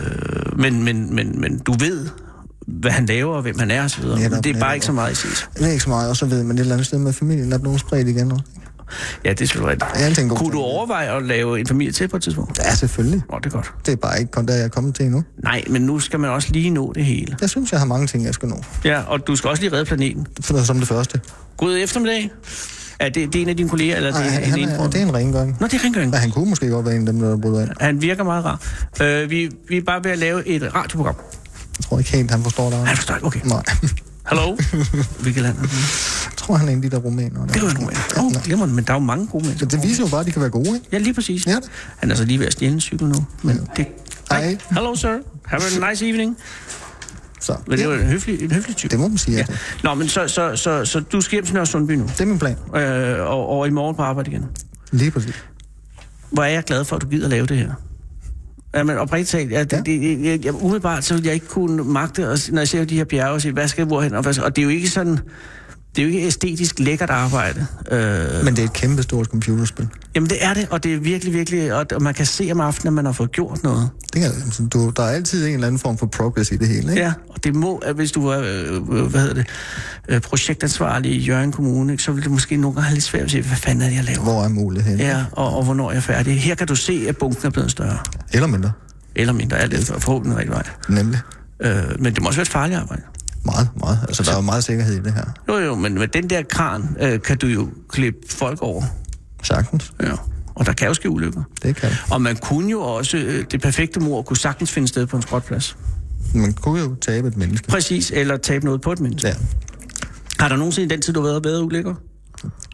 Men du ved, hvad han laver, og hvem han er, og så videre. Ja, men det er bare ikke så meget i sidst. Det er ikke så meget, og så ved man et eller andet sted med familien, at nogen spredt igen også. Ja, det er selvfølgelig rigtigt. Kunne du overveje at lave en familie til på et tidspunkt? Ja, selvfølgelig. Det er godt. Det er bare ikke kun der, jeg er kommet til endnu. Nej, men nu skal man også lige nå det hele. Jeg synes, jeg har mange ting, jeg skal nå. Ja, og du skal også lige redde planeten. Som det første. God eftermiddag. Er det en af dine kolleger, eller det er en rengøring. Nå, det er rengøring. Ja, han kunne måske godt være en af dem, der bryder ind. Han virker meget rar. Vi er bare ved at lave et radioprogram. Jeg tror ikke helt, han forstår det. Han forstår ikke, okay. Nej. Hallo? Hvilket land er det? Jeg tror, han er en af de der rumæner. Det er jo en rumæner. Glemmer, men der er jo mange gode mennesker. Det viser jo bare, at de kan være gode, ikke? Ja, lige præcis. Ja. Han er så lige ved at stjæle en cykel nu. Men det... Hej. Hello, sir. Have a nice evening. Så. Men det var en høflig type. Det må man sige, ja. Nå, men så du skal hjem til Nørre Sundby nu? Det er min plan. Og i morgen på arbejde igen? Lige præcis. Hvor er jeg glad for, at du gider lave det her. Ja, men oprigtigt talt, umiddelbart så vil jeg ikke kunne magte, når jeg ser de her bjerge, og sige, hvad skal jeg hvorhen? Og det er jo ikke sådan... Det er jo ikke æstetisk lækkert arbejde. Men det er et kæmpe stort computerspil. Jamen det er det, og det er virkelig, virkelig... Og man kan se om aftenen, at man har fået gjort noget. Det kan, der er altid en eller anden form for progress i det hele, ikke? Ja, og det må, at hvis du er projektansvarlig i Hjørring Kommune, ikke, så vil det måske nogle gange have lidt svært at sige, hvad fanden er det, jeg laver? Hvor er muligheden? Ja, og hvornår er jeg færdig. Her kan du se, at bunken er blevet større. Eller mindre. Eller mindre, alt det forhåbentlig rigtig vej. Nemlig. Men det må også være et farligt arbejde. Meget, meget. Altså, der er jo meget sikkerhed i det her. Jo, men med den der kran kan du jo klippe folk over. Sagtens. Ja, og der kan jo ske ulykker. Det kan. Og man kunne jo også, det perfekte mord kunne sagtens finde sted på en skrotplads. Man kunne jo tabe et menneske. Præcis, eller tabe noget på et menneske. Ja. Har der nogensinde i den tid, du har været ulykker?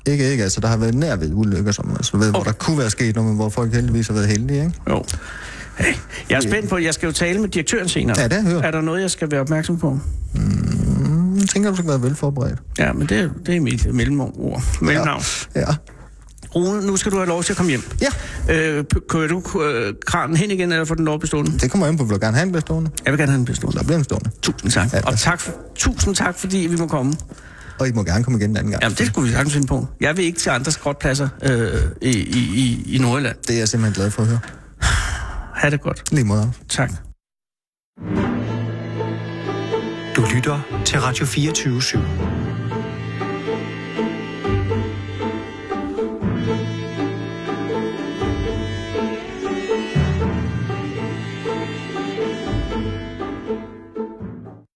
Ikke, altså der har været nær ved ulykker, som, altså, hvor der kunne være sket noget, men hvor folk heldigvis har været heldige, ikke? Jo. Hey, jeg er spændt på, jeg skal jo tale med direktøren senere. Ja, det har jeg hørt. Er der noget, jeg skal være opmærksom på? Jeg tænker, du skal være velforberedt. Ja, men det er mit mellemnavn. Ja. Rune, nu skal du have lov til at komme hjem. Ja. Kører du kranen hen igen, eller får den lov bestående? Det kommer ind på, vil du gerne have en bestående? Jeg vil gerne have en bestående. Så bliver den stående. Tusind tak. Ja, og tusind tak, fordi vi må komme. Og I må gerne komme igen en anden gang. Jamen, det skulle vi sagtens finde på. Jeg vil ikke til andre skrotpladser i Nordjylland. Det er jeg simpelthen glad for at høre. Ha' det godt. Lige måde. Tak. Du lytter til Radio 24/7.